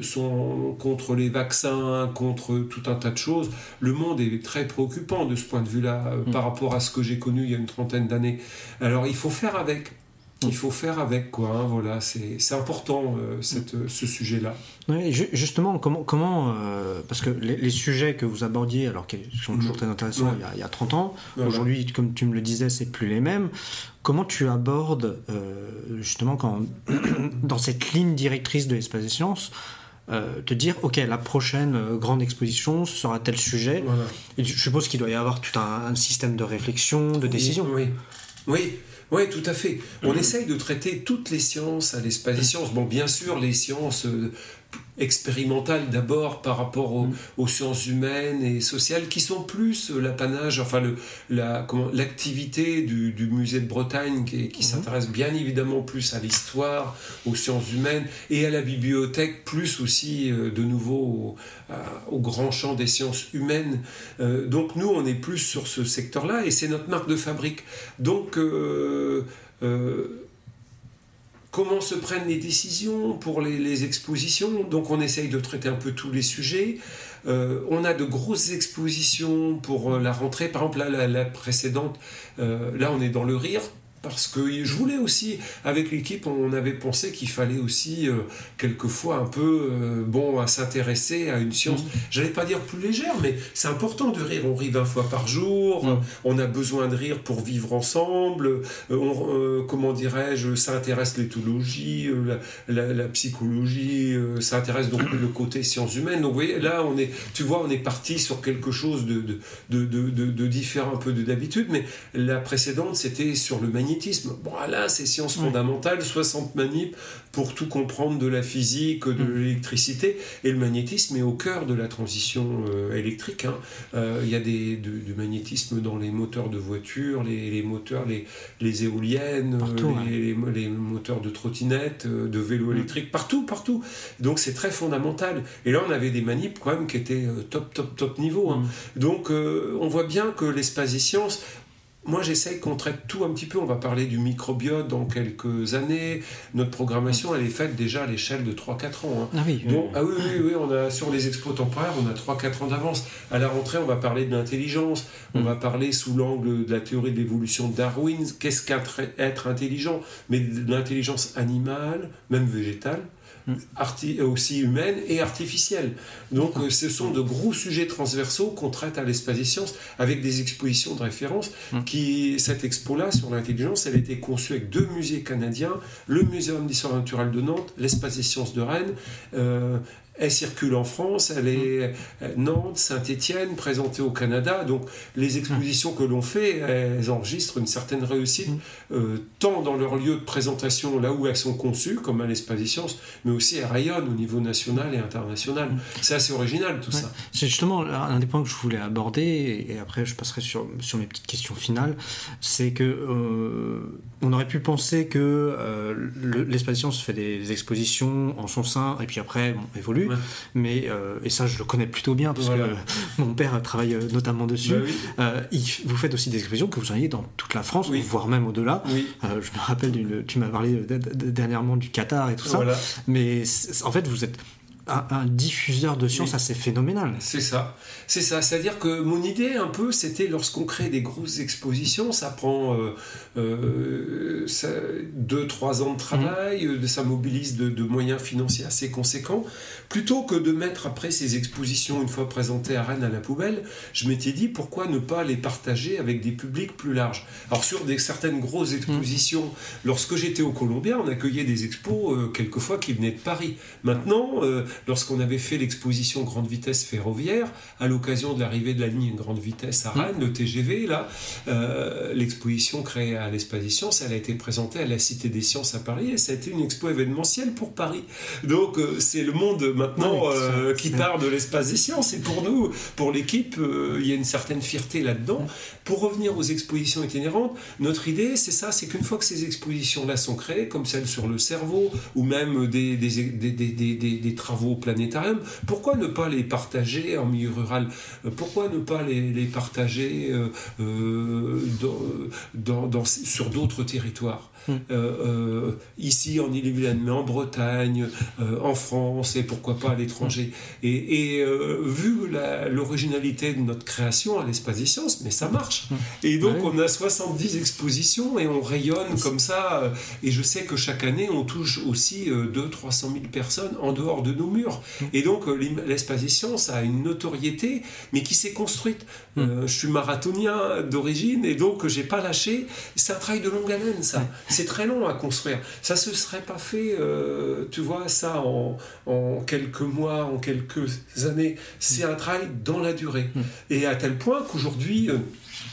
sont contre les vaccins, contre tout un tas de choses. Le monde est très préoccupant de ce point de vue-là, mmh. par rapport à ce que j'ai connu il y a une trentaine d'années. Alors il faut faire avec. Il faut faire avec, quoi. Hein, voilà, c'est, c'est important, euh, cette, ce sujet-là. Oui, justement, comment... comment euh, parce que les, les sujets que vous abordiez, alors qui sont toujours très intéressants, ouais. il, y a, il y a trente ans, voilà. Aujourd'hui, comme tu me le disais, c'est plus les mêmes. Comment tu abordes, euh, justement, quand, dans cette ligne directrice de l'Espace des Sciences, euh, te dire, ok, la prochaine euh, grande exposition, ce sera tel sujet. Voilà. Et je suppose qu'il doit y avoir tout un, un système de réflexion, de décision. Oui, oui. oui. Oui, tout à fait. On mmh. essaye de traiter toutes les sciences à l'Espace des Sciences. Bon, bien sûr, les sciences euh, expérimentales d'abord par rapport aux, mmh. aux sciences humaines et sociales, qui sont plus euh, l'apanage, enfin le, la, comment, l'activité du, du musée de Bretagne, qui, qui mmh. s'intéresse bien évidemment plus à l'histoire, aux sciences humaines, et à la bibliothèque, plus aussi euh, de nouveau au, à, au grand champ des sciences humaines. Euh, donc nous, on est plus sur ce secteur-là, et c'est notre marque de fabrique. Donc... Euh, Euh, comment se prennent les décisions pour les, les expositions. Donc on essaye de traiter un peu tous les sujets. Euh, on a de grosses expositions pour euh, la rentrée. Par exemple, là, la, la précédente, euh, là on est dans le rire. parce que je voulais aussi, avec l'équipe, on avait pensé qu'il fallait aussi euh, quelquefois un peu euh, bon à s'intéresser à une science, mmh. j'allais pas dire plus légère, mais c'est important de rire, on rit vingt fois par jour, mmh. on a besoin de rire pour vivre ensemble, euh, on, euh, comment dirais-je, ça intéresse l'éthologie, euh, la, la, la psychologie, euh, ça intéresse donc le côté sciences humaines, donc vous voyez, là on est, tu vois, on est parti sur quelque chose de, de, de, de, de, de différent un peu de d'habitude, mais la précédente c'était sur le magnétisme. Bon là c'est sciences ouais. fondamentales, soixante manips pour tout comprendre de la physique, de mmh. l'électricité, et le magnétisme est au cœur de la transition euh, électrique. Hein. Euh, il y a des, de, du magnétisme dans les moteurs de voitures, les, les moteurs, les, les éoliennes, partout, les, ouais. les, les moteurs de trottinettes, de vélos mmh. électriques, partout, partout. Donc c'est très fondamental. Et là on avait des manips quand même qui étaient top, top, top niveau. Hein. Mmh. Donc euh, on voit bien que l'espace et sciences, moi, j'essaye qu'on traite tout un petit peu. On va parler du microbiote dans quelques années. Notre programmation, elle est faite déjà à l'échelle de trois à quatre ans. Hein. Ah oui, donc, ah oui, oui, oui, on a, sur les expos temporaires, on a trois à quatre ans d'avance. À la rentrée, on va parler de l'intelligence. On mm. va parler sous l'angle de la théorie de l'évolution de Darwin. Qu'est-ce qu'être intelligent ? Mais de l'intelligence animale, même végétale. Arti- aussi humaine et artificielle. Donc euh, ce sont de gros sujets transversaux qu'on traite à l'Espace des Sciences avec des expositions de référence. Qui, cette expo-là sur l'intelligence, elle a été conçue avec deux musées canadiens, le Muséum d'Histoire naturelle de Nantes, l'Espace des Sciences de Rennes. Euh, Elle circule en France, elle est Nantes, Saint-Étienne, présentée au Canada. Donc les expositions que l'on fait, elles enregistrent une certaine réussite, euh, tant dans leur lieu de présentation, là où elles sont conçues, comme à l'Espace des Sciences, mais aussi elles rayonnent au niveau national et international. C'est assez original tout ouais. ça. C'est justement un des points que je voulais aborder, et après je passerai sur, sur mes petites questions finales, c'est que euh, on aurait pu penser que euh, le, l'Espace des Sciences fait des expositions en son sein, et puis après bon, évolue. Ouais. Mais, euh, et ça je le connais plutôt bien parce voilà. que euh, mon père travaille notamment dessus. Bah oui. euh, il, vous faites aussi des expositions que vous envoyez dans toute la France, oui. voire même au-delà. Oui. Euh, je me rappelle, d'une, tu m'as parlé de, de, de, dernièrement du Qatar et tout voilà. ça. Mais en fait, vous êtes un, un diffuseur de sciences oui. assez phénoménal. C'est ça, c'est ça. C'est-à-dire que mon idée un peu, c'était lorsqu'on crée des grosses expositions, ça prend euh, euh, ça, deux, trois ans de travail, mmh. ça mobilise de, de moyens financiers assez conséquents. Plutôt que de mettre après ces expositions une fois présentées à Rennes à la poubelle, je m'étais dit pourquoi ne pas les partager avec des publics plus larges. Alors sur des, certaines grosses expositions, mmh. lorsque j'étais au Columbia, on accueillait des expos euh, quelquefois qui venaient de Paris. Maintenant, euh, lorsqu'on avait fait l'exposition grande vitesse ferroviaire, à l'occasion de l'arrivée de la ligne grande vitesse à Rennes, le T G V, là, euh, l'exposition créée à l'Espace des Sciences, elle a été présentée à la Cité des Sciences à Paris, et ça a été une expo événementielle pour Paris. Donc euh, c'est le monde maintenant ouais, euh, qui part de l'Espace des Sciences, et pour nous, pour l'équipe, euh, il y a une certaine fierté là-dedans. Pour revenir aux expositions itinérantes, notre idée, c'est ça, c'est qu'une fois que ces expositions-là sont créées, comme celle sur le cerveau, ou même des, des, des, des, des, des, des travaux au planétarium, pourquoi ne pas les partager en milieu rural ? Pourquoi ne pas les, les partager euh, euh, dans, dans, dans, sur d'autres territoires ? Hum. Euh, euh, ici en Ille-et-Vilaine, mais en Bretagne, euh, en France, et pourquoi pas à l'étranger. Et, et euh, vu la, l'originalité de notre création à l'Espace des Sciences, mais ça marche. Hum. Et donc ouais. on a soixante-dix expositions et on rayonne comme ça. Et je sais que chaque année on touche aussi euh, deux à trois cent mille personnes en dehors de nos murs. Hum. Et donc euh, l'Espace des Sciences a une notoriété, mais qui s'est construite. Hum. Euh, je suis marathonien d'origine et donc j'ai pas lâché. C'est un travail de longue haleine, ça. Hum. C'est très long à construire. Ça se serait pas fait, euh, tu vois, ça en, en quelques mois, en quelques années. C'est un travail dans la durée. Mmh. Et à tel point qu'aujourd'hui, euh,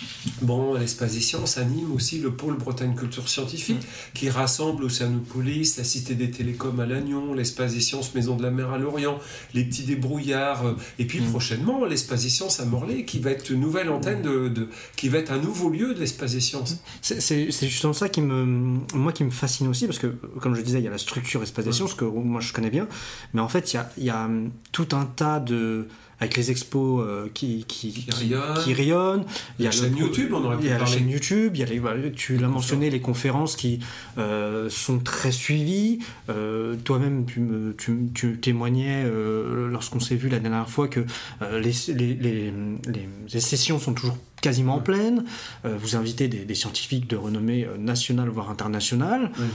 bon, l'Espace des Sciences anime aussi le pôle Bretagne Culture Scientifique, mmh. qui rassemble Océanopolis, la Cité des Télécoms à Lannion, l'Espace des Sciences Maison de la Mer à Lorient, les Petits Débrouillards, euh, et puis mmh. prochainement l'Espace des Sciences à Morlaix, qui va être une nouvelle antenne, de, de, qui va être un nouveau lieu de l'Espace des Sciences. C'est, c'est, c'est justement ça qui me, moi, qui me fascine aussi, parce que, comme je disais, il y a la structure Espace des mmh. Sciences, que moi je connais bien, mais en fait, il y a, il y a tout un tas de avec les expos euh, qui, qui, qui, qui, rayonnent. qui rayonnent. Il y a la chaîne YouTube, on aurait pu Il y a parler. la chaîne YouTube, il y a les, tu l'as mentionné, les conférences qui euh, sont très suivies. Euh, toi-même, tu, me, tu, tu témoignais euh, lorsqu'on s'est vu la dernière fois que euh, les, les, les, les, les sessions sont toujours quasiment en pleine. Euh, vous invitez des, des scientifiques de renommée nationale, voire internationale. Oui.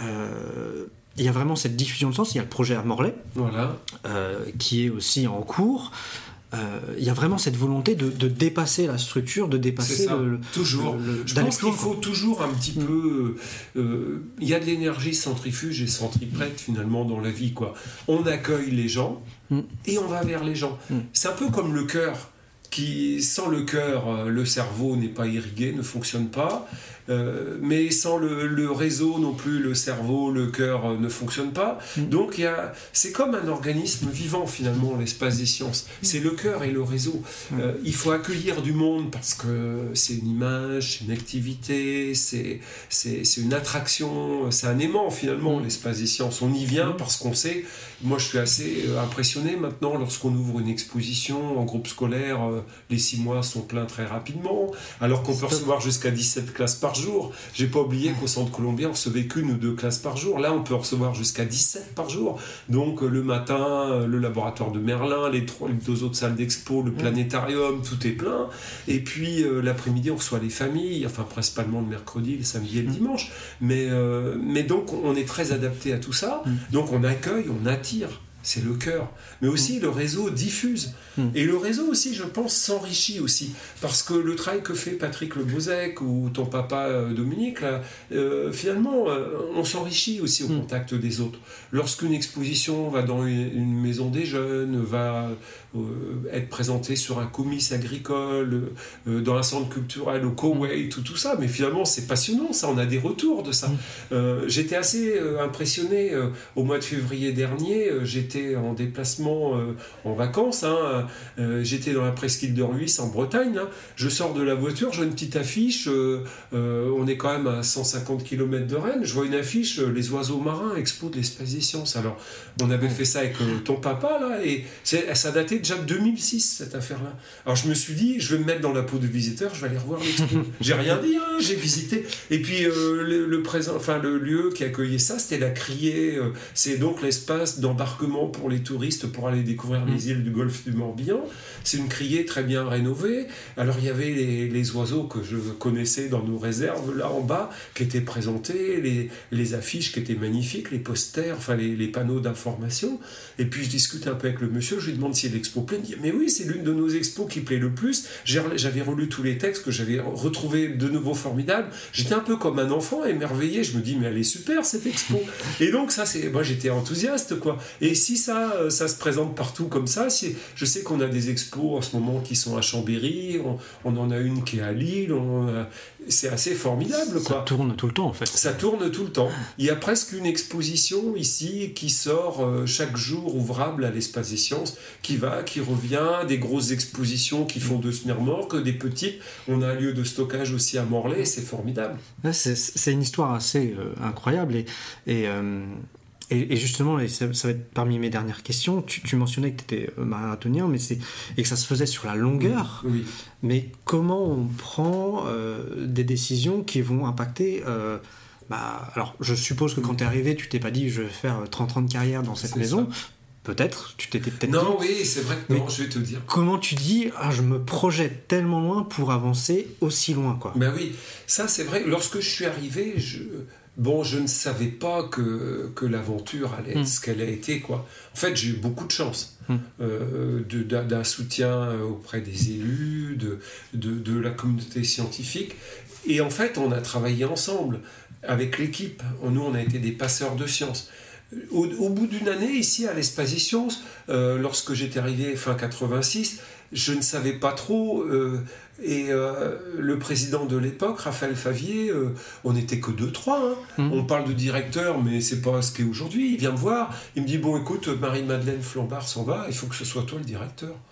Euh, il y a vraiment cette diffusion de sens. Il y a le projet à Morlaix, voilà. euh, qui est aussi en cours. Euh, il y a vraiment cette volonté de, de dépasser la structure, de dépasser ça, le, le toujours. Le, le, je pense qu'il faut toujours un petit mmh. peu. Il euh, y a de l'énergie centrifuge et centripète finalement dans la vie, quoi. On accueille les gens mmh. et on va vers les gens. Mmh. C'est un peu comme le cœur. Qui, sans le cœur, le cerveau n'est pas irrigué, ne fonctionne pas. Euh, mais sans le, le réseau non plus, le cerveau, le cœur ne fonctionnent pas. Mmh. Donc y a, c'est comme un organisme vivant finalement, l'espace des sciences. Mmh. C'est le cœur et le réseau. Mmh. Euh, il faut accueillir du monde parce que c'est une image, c'est une activité, c'est, c'est, c'est une attraction, c'est un aimant finalement, mmh. l'espace des sciences. On y vient mmh. parce qu'on sait. Moi je suis assez impressionné maintenant lorsqu'on ouvre une exposition en groupe scolaire, euh, les six mois sont pleins très rapidement, alors qu'on peut recevoir jusqu'à dix-sept classes par jour. J'ai pas oublié qu'au Centre Colombien, on recevait qu'une ou deux classes par jour. Là, on peut recevoir jusqu'à dix-sept par jour. Donc, le matin, le laboratoire de Merlin, les, trois, les deux autres salles d'expo, le planétarium, tout est plein. Et puis, euh, l'après-midi, on reçoit les familles, enfin, principalement le mercredi, le samedi et le dimanche. Mais, euh, mais donc, on est très adapté à tout ça. Donc, on accueille, on attire. C'est le cœur. Mais aussi, mmh. le réseau diffuse. Mmh. Et le réseau aussi, je pense, s'enrichit aussi. Parce que le travail que fait Patrick Lebozec ou ton papa euh, Dominique, là, euh, finalement, euh, on s'enrichit aussi au mmh. contact des autres. Lorsqu'une exposition va dans une, une maison des jeunes, va euh, être présentée sur un comice agricole, euh, dans un centre culturel, au Koweït, tout, tout ça, mais finalement, c'est passionnant, ça. On a des retours de ça. Mmh. Euh, j'étais assez euh, impressionné. Euh, au mois de février dernier, euh, j'étais J'étais en déplacement euh, en vacances, hein, euh, j'étais dans la presqu'île de Rhuys en Bretagne, hein, je sors de la voiture, je vois une petite affiche, euh, euh, on est quand même à cent cinquante kilomètres de Rennes, je vois une affiche, euh, les oiseaux marins, expo de l'espace des sciences. Alors, on avait fait ça avec euh, ton papa, là, et c'est, ça datait déjà de deux mille six, cette affaire-là. Alors, je me suis dit, je vais me mettre dans la peau de visiteur, je vais aller revoir l'expo. J'ai rien dit, hein, j'ai visité. Et puis, euh, le, le, présent, enfin, le lieu qui accueillait ça, c'était la Criée, euh, c'est donc l'espace d'embarquement pour les touristes pour aller découvrir mmh. les îles du golfe du Morbihan. C'est une criée très bien rénovée. Alors il y avait les, les oiseaux que je connaissais dans nos réserves là en bas qui étaient présentés, les, les affiches qui étaient magnifiques, les posters, enfin les, les panneaux d'information. Et puis je discute un peu avec le monsieur, je lui demande si l'expo plaît. Il me dit mais oui, c'est l'une de nos expos qui plaît le plus. J'ai, j'avais relu tous les textes que j'avais retrouvés de nouveau formidables. J'étais un peu comme un enfant émerveillé. Je me dis mais elle est super cette expo. Et donc ça c'est, moi j'étais enthousiaste quoi. Et si ça, ça se présente partout comme ça, si, je sais qu'on a des expos en ce moment qui sont à Chambéry, on, on en a une qui est à Lille, on, c'est assez formidable. Ça quoi. tourne tout le temps en fait. Ça tourne tout le temps. Il y a presque une exposition ici qui sort euh, chaque jour ouvrable à l'espace des sciences, qui va, qui revient, des grosses expositions qui font de Smirmorque, des petites. On a un lieu de stockage aussi à Morlaix, c'est formidable. C'est, c'est une histoire assez euh, incroyable et... et euh... Et, et justement, et ça, ça va être parmi mes dernières questions, tu, tu mentionnais que tu étais marathonien mais c'est, et que ça se faisait sur la longueur. Oui. Mais comment on prend euh, des décisions qui vont impacter... Euh, bah, alors, je suppose que quand tu es arrivé, tu t'es pas dit « je vais faire trente ans de carrière dans cette c'est maison ça. ». Peut-être, tu t'étais peut-être Non, dit, oui, c'est vrai que non, je vais te dire. Comment tu dis ah, « je me projette tellement loin pour avancer aussi loin » quoi. Ben oui, ça c'est vrai. Lorsque je suis arrivé, je... Bon, je ne savais pas que, que l'aventure allait être mmh. ce qu'elle a été, quoi. En fait, j'ai eu beaucoup de chance. Mmh. Euh, de, d'un, d'un soutien auprès des élus, de, de, de la communauté scientifique. Et en fait, on a travaillé ensemble avec l'équipe. Nous, on a été des passeurs de sciences. Au, au bout d'une année, ici, à l'Espace des Sciences, euh, lorsque j'étais arrivé fin quatre-vingt-six, je ne savais pas trop... Euh, Et euh, le président de l'époque, Raphaël Favier, euh, on n'était que deux, trois. Hein. Mmh. On parle de directeur, mais c'est pas ce qu'est aujourd'hui. Il vient me voir, il me dit, bon, écoute, Marie-Madeleine Flambard s'en va, il faut que ce soit toi le directeur.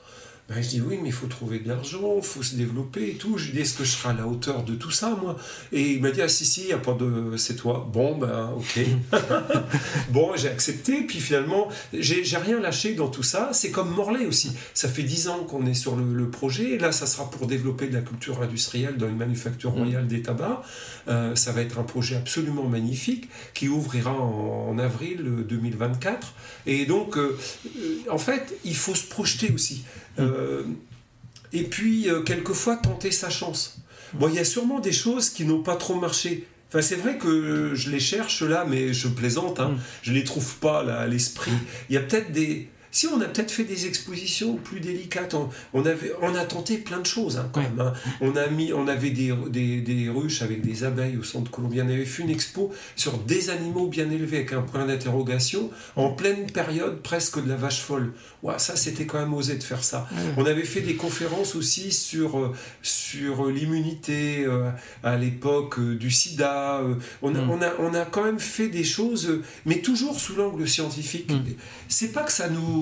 Ben, je dis oui, mais il faut trouver de l'argent, il faut se développer et tout. Je lui dis est-ce que je serai à la hauteur de tout ça, moi? Et il m'a dit ah si, si, il n'y a pas de. C'est toi. Bon, ben ok. Bon, j'ai accepté. Puis finalement, j'ai, j'ai rien lâché dans tout ça. C'est comme Morlaix aussi. Ça fait dix ans qu'on est sur le, le projet. Et là, ça sera pour développer de la culture industrielle dans une manufacture royale des tabacs. Euh, ça va être un projet absolument magnifique qui ouvrira en, en avril deux mille vingt-quatre. Et donc, euh, en fait, il faut se projeter aussi. Euh, et puis, euh, quelquefois, tenter sa chance. Bon, il y a sûrement des choses qui n'ont pas trop marché. Enfin, c'est vrai que je les cherche là, mais je plaisante, hein. Je ne les trouve pas là, à l'esprit. Il y a peut-être des... Si, on a peut-être fait des expositions plus délicates. On, on, avait, on a tenté plein de choses, hein, quand même. Hein. On, a mis, on avait des, des, des ruches avec des abeilles au centre Colombier. On avait fait une expo sur des animaux bien élevés avec un point d'interrogation en pleine période presque de la vache folle. Ouais, ça, c'était quand même osé de faire ça. Ouais. On avait fait des conférences aussi sur, sur l'immunité euh, à l'époque euh, du sida. Euh, on, a, mm. on, a, on a quand même fait des choses, euh, mais toujours sous l'angle scientifique. Mm. C'est pas que ça nous...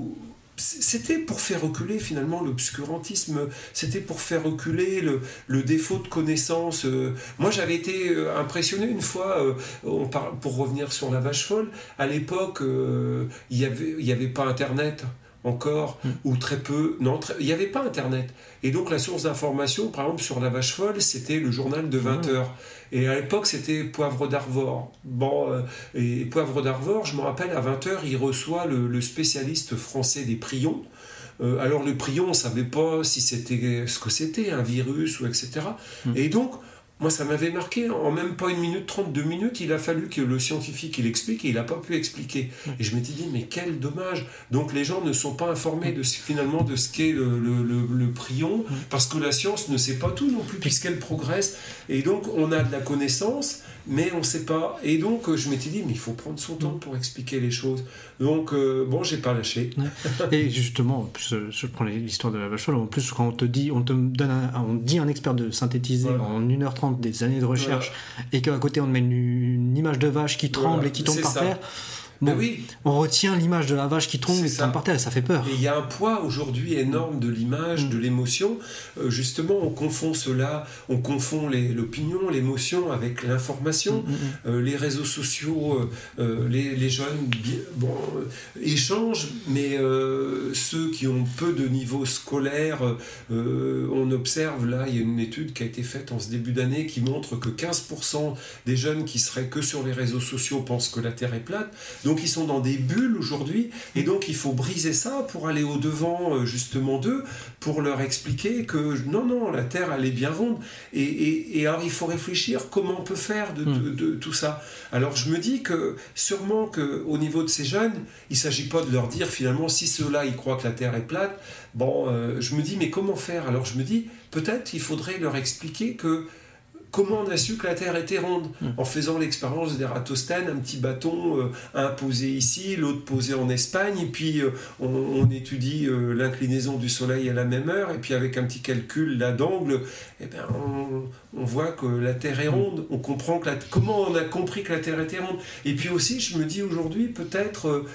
C'était pour faire reculer finalement l'obscurantisme, c'était pour faire reculer le, le défaut de connaissance. Moi j'avais été impressionné une fois, on par, pour revenir sur la vache folle, à l'époque euh, il n'y avait, il y avait pas internet encore, mmh. ou très peu, non, très, il n'y avait pas internet. Et donc la source d'information, par exemple sur la vache folle, c'était le journal de vingt heures. Et à l'époque, c'était Poivre d'Arvor. Bon, euh, et Poivre d'Arvor, je me rappelle, à vingt heures, il reçoit le, le spécialiste français des prions. Euh, alors le prion, on ne savait pas si c'était ce que c'était, un virus, ou et cetera. Mmh. Et donc, moi, ça m'avait marqué. En même pas une minute trente, deux minutes, il a fallu que le scientifique il explique et il n'a pas pu expliquer. Et je m'étais dit, mais quel dommage. Donc les gens ne sont pas informés de, finalement de ce qu'est le, le, le, le prion, parce que la science ne sait pas tout non plus, puisqu'elle progresse. Et donc, on a de la connaissance, mais on ne sait pas. Et donc, je m'étais dit, mais il faut prendre son temps pour expliquer les choses. Donc, euh, bon, j'ai pas lâché. Et justement, je, je prends l'histoire de la vache folle. En plus, quand on te dit, on te donne un, on dit un expert de synthétiser voilà. en une heure trente des années de recherche, voilà. et qu'à côté, on te met une, une image de vache qui tremble voilà. et qui tombe par ça. terre. Bon, oui. On retient l'image de la vache qui tombe et qui tombe par terre, ça fait peur. Et il y a un poids aujourd'hui énorme de l'image, mmh. de l'émotion. Euh, justement, on confond cela, on confond les, l'opinion, l'émotion avec l'information. Mmh. Euh, les réseaux sociaux, euh, les, les jeunes bon, euh, échangent, mais euh, ceux qui ont peu de niveau scolaire, euh, on observe là, il y a une étude qui a été faite en ce début d'année qui montre que quinze pour cent des jeunes qui seraient que sur les réseaux sociaux pensent que la Terre est plate. Donc, Donc ils sont dans des bulles aujourd'hui, et donc il faut briser ça pour aller au-devant justement d'eux, pour leur expliquer que non, non, la Terre elle est bien ronde, et, et, et alors il faut réfléchir comment on peut faire de, de, de tout ça. Alors je me dis que sûrement qu'au niveau de ces jeunes, il ne s'agit pas de leur dire finalement si ceux-là ils croient que la Terre est plate, bon, euh, je me dis mais comment faire? Alors je me dis peut-être il faudrait leur expliquer que comment on a su que la Terre était ronde ? mmh. En faisant l'expérience d'Ératosthène, un petit bâton, euh, un posé ici, l'autre posé en Espagne, et puis euh, on, on étudie euh, l'inclinaison du Soleil à la même heure, et puis avec un petit calcul là d'angle, eh ben, on, on voit que la Terre est ronde, on comprend que la, comment on a compris que la Terre était ronde. Et puis aussi, je me dis aujourd'hui, peut-être euh,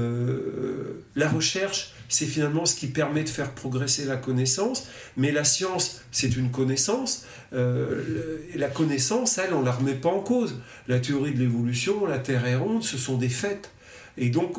euh, la recherche, c'est finalement ce qui permet de faire progresser la connaissance, mais la science, c'est une connaissance. Euh, la connaissance, elle, on ne la remet pas en cause. La théorie de l'évolution, la Terre est ronde, ce sont des faits. Et donc,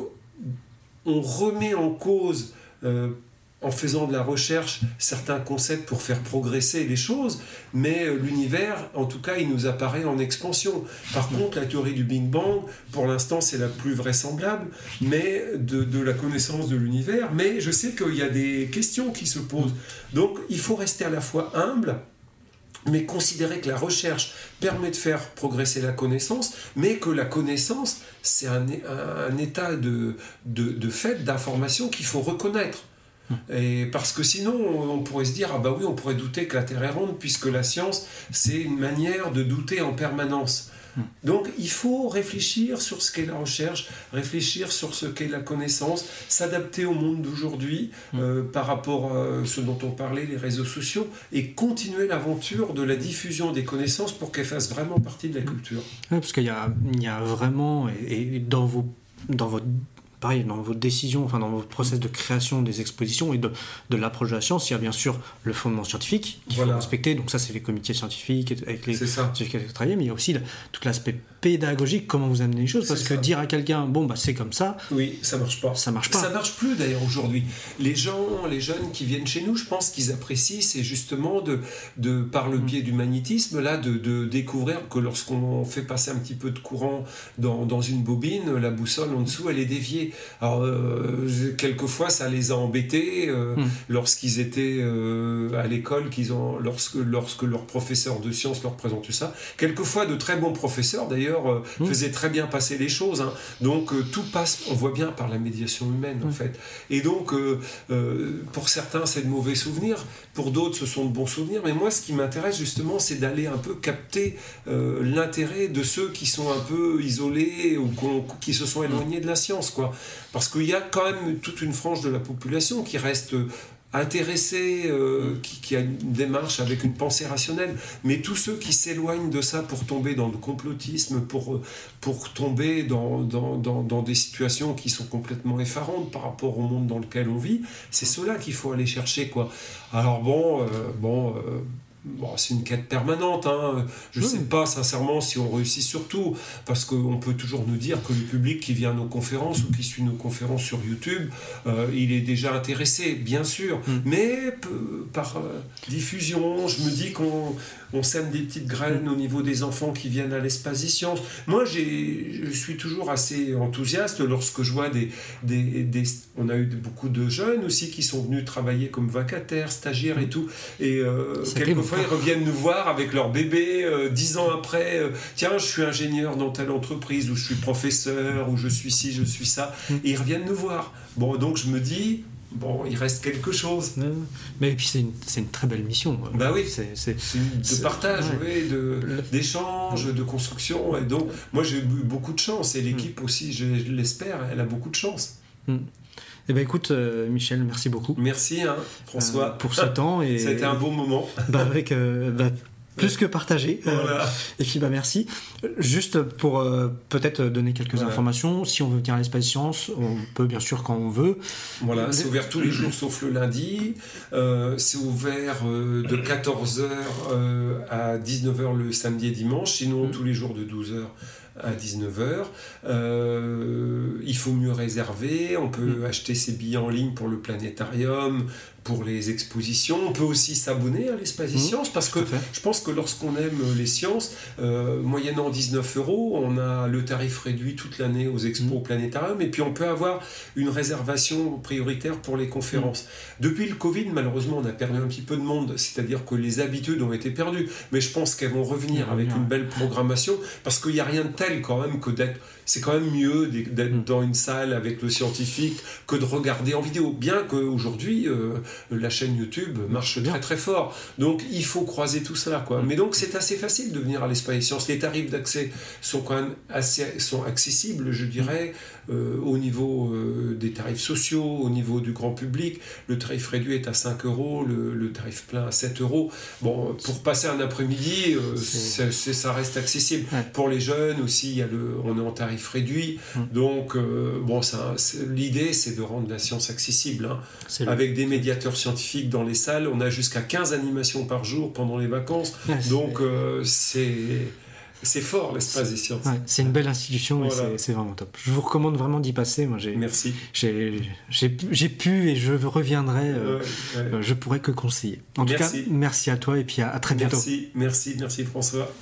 on remet en cause, euh, en faisant de la recherche, certains concepts pour faire progresser les choses, mais euh, l'univers, en tout cas, il nous apparaît en expansion. Par contre, la théorie du Big Bang, pour l'instant, c'est la plus vraisemblable, mais de, de la connaissance de l'univers, mais je sais qu'il y a des questions qui se posent. Donc, il faut rester à la fois humble, mais considérer que la recherche permet de faire progresser la connaissance, mais que la connaissance, c'est un, un, un état de, de, de fait, d'information qu'il faut reconnaître. Et parce que sinon, on pourrait se dire, ah bah oui, on pourrait douter que la Terre est ronde, puisque la science, c'est une manière de douter en permanence. Donc, il faut réfléchir sur ce qu'est la recherche, réfléchir sur ce qu'est la connaissance, s'adapter au monde d'aujourd'hui euh, par rapport à ce dont on parlait, les réseaux sociaux, et continuer l'aventure de la diffusion des connaissances pour qu'elles fassent vraiment partie de la culture. Oui, parce qu'il y a, il y a vraiment, et, et dans, vos, dans votre pareil, dans vos décisions, enfin dans votre process de création des expositions et de, de l'approche de la science, il y a bien sûr le fondement scientifique qu'il voilà. faut respecter, donc ça c'est les comités scientifiques avec les scientifiques avec les travailleurs, mais il y a aussi le, tout l'aspect pédagogique, comment vous amenez les choses, parce c'est que ça. Dire à quelqu'un, bon bah c'est comme ça, oui, ça marche pas. Ça marche pas. Ça marche plus d'ailleurs aujourd'hui. Les gens, les jeunes qui viennent chez nous, je pense qu'ils apprécient, c'est justement de, de par le biais du magnétisme, là, de, de découvrir que lorsqu'on fait passer un petit peu de courant dans, dans une bobine, la boussole en dessous, elle est déviée. Alors, euh, quelquefois, ça les a embêtés euh, mm. lorsqu'ils étaient euh, à l'école, qu'ils ont, lorsque, lorsque leur professeur de sciences leur présentait ça. Quelquefois, de très bons professeurs, d'ailleurs, euh, mmh. faisaient très bien passer les choses. Hein. Donc, euh, tout passe, on voit bien, par la médiation humaine, mmh. en fait. Et donc, euh, euh, pour certains, c'est de mauvais souvenirs. Pour d'autres, ce sont de bons souvenirs. Mais moi, ce qui m'intéresse, justement, c'est d'aller un peu capter euh, l'intérêt de ceux qui sont un peu isolés ou qui se sont éloignés de la science, quoi. Parce qu'il y a quand même toute une frange de la population qui reste intéressé, euh, qui, qui a une démarche avec une pensée rationnelle, mais tous ceux qui s'éloignent de ça pour tomber dans le complotisme, pour, pour tomber dans, dans, dans, dans des situations qui sont complètement effarantes par rapport au monde dans lequel on vit, c'est ceux-là qu'il faut aller chercher, quoi. Alors bon, euh, bon euh, Bon, c'est une quête permanente, hein. Je ne mmh. sais pas sincèrement si on réussit, surtout parce qu'on peut toujours nous dire que le public qui vient à nos conférences ou qui suit nos conférences sur YouTube, euh, il est déjà intéressé, bien sûr, mmh. mais peu, par euh, diffusion, je me dis qu'on on sème des petites graines au niveau des enfants qui viennent à l'espace des sciences. Moi, j'ai, je suis toujours assez enthousiaste lorsque je vois des, des, des... On a eu beaucoup de jeunes aussi qui sont venus travailler comme vacataires, stagiaires et tout, et euh, quelquefois ils reviennent nous voir avec leur bébé euh, dix ans après, euh, tiens, je suis ingénieur dans telle entreprise, ou je suis professeur, ou je suis ci, je suis ça, et ils reviennent nous voir. Bon, donc je me dis... Bon, il reste quelque chose. Mais puis c'est une, c'est une très belle mission. Bah oui, c'est, c'est, c'est une, de c'est, partage, ouais. oui, de, d'échange, de construction. Et donc, moi j'ai eu beaucoup de chance. Et l'équipe aussi, je, je l'espère, elle a beaucoup de chance. Mm. Eh ben écoute, euh, Michel, merci beaucoup. Merci, hein, François. Euh, pour ce temps. Et, ça a été un beau moment. Bah avec... Euh, bah, plus que partagé. Voilà. Euh, et puis bah merci. Juste pour euh, peut-être donner quelques voilà. informations, si on veut venir à l'Espace Science, on peut bien sûr quand on veut. Voilà, euh, c'est ouvert tous les jours sauf le lundi. Euh, c'est ouvert euh, de quatorze heures euh, à dix-neuf heures le samedi et dimanche, sinon tous les jours de douze heures à dix-neuf heures. Euh, il faut mieux réserver. On peut mmh. acheter ses billets en ligne pour le planétarium, pour les expositions. On peut aussi s'abonner à l'Espace des mmh. Sciences, parce que je pense que lorsqu'on aime les sciences, euh, moyennant dix-neuf euros, on a le tarif réduit toute l'année aux expos mmh. au planétarium, et puis on peut avoir une réservation prioritaire pour les conférences. Mmh. Depuis le Covid, malheureusement, on a perdu un petit peu de monde, c'est-à-dire que les habitudes ont été perdues, mais je pense qu'elles vont revenir mmh. avec une belle programmation, parce qu'il n'y a rien de tel quand même que d'être... C'est quand même mieux d'être mmh. dans une salle avec le scientifique que de regarder en vidéo, bien qu'aujourd'hui, euh, la chaîne YouTube marche bien. très très fort. Donc il faut croiser tout ça, quoi. Mais donc c'est assez facile de venir à l'Espace des Sciences. Les tarifs d'accès sont quand même assez sont accessibles, je dirais, euh, au niveau euh, des tarifs sociaux, au niveau du grand public. Le tarif réduit est à cinq euros, le, le tarif plein à sept euros. Bon, pour passer un après-midi, euh, c'est... C'est, ça reste accessible. Ouais. Pour les jeunes aussi, il y a le, on est en tarif réduit. Hum. Donc, euh, bon, ça, c'est, l'idée, c'est de rendre la science accessible. Hein. Avec le... des médiateurs scientifiques dans les salles, on a jusqu'à quinze animations par jour pendant les vacances. Ouais, donc, c'est... Euh, c'est... C'est fort, l'Espace des Sciences. Ouais, c'est une belle institution, voilà. Et c'est, c'est vraiment top. Je vous recommande vraiment d'y passer. Moi, j'ai, Merci. J'ai, j'ai, j'ai pu et je reviendrai. Euh, ouais, ouais. Euh, je pourrais que conseiller. En merci. tout cas, merci à toi et puis à, à très bientôt. Merci, merci, merci François.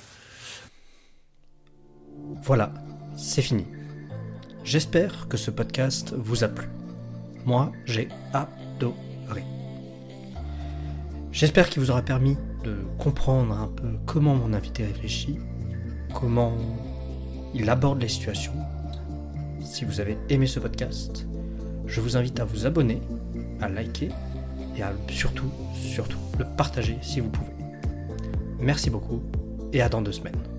Voilà, c'est fini. J'espère que ce podcast vous a plu. Moi, j'ai adoré. J'espère qu'il vous aura permis de comprendre un peu comment mon invité réfléchit, comment il aborde les situations. Si vous avez aimé ce podcast, je vous invite à vous abonner, à liker et à surtout, surtout le partager si vous pouvez. Merci beaucoup et à dans deux semaines.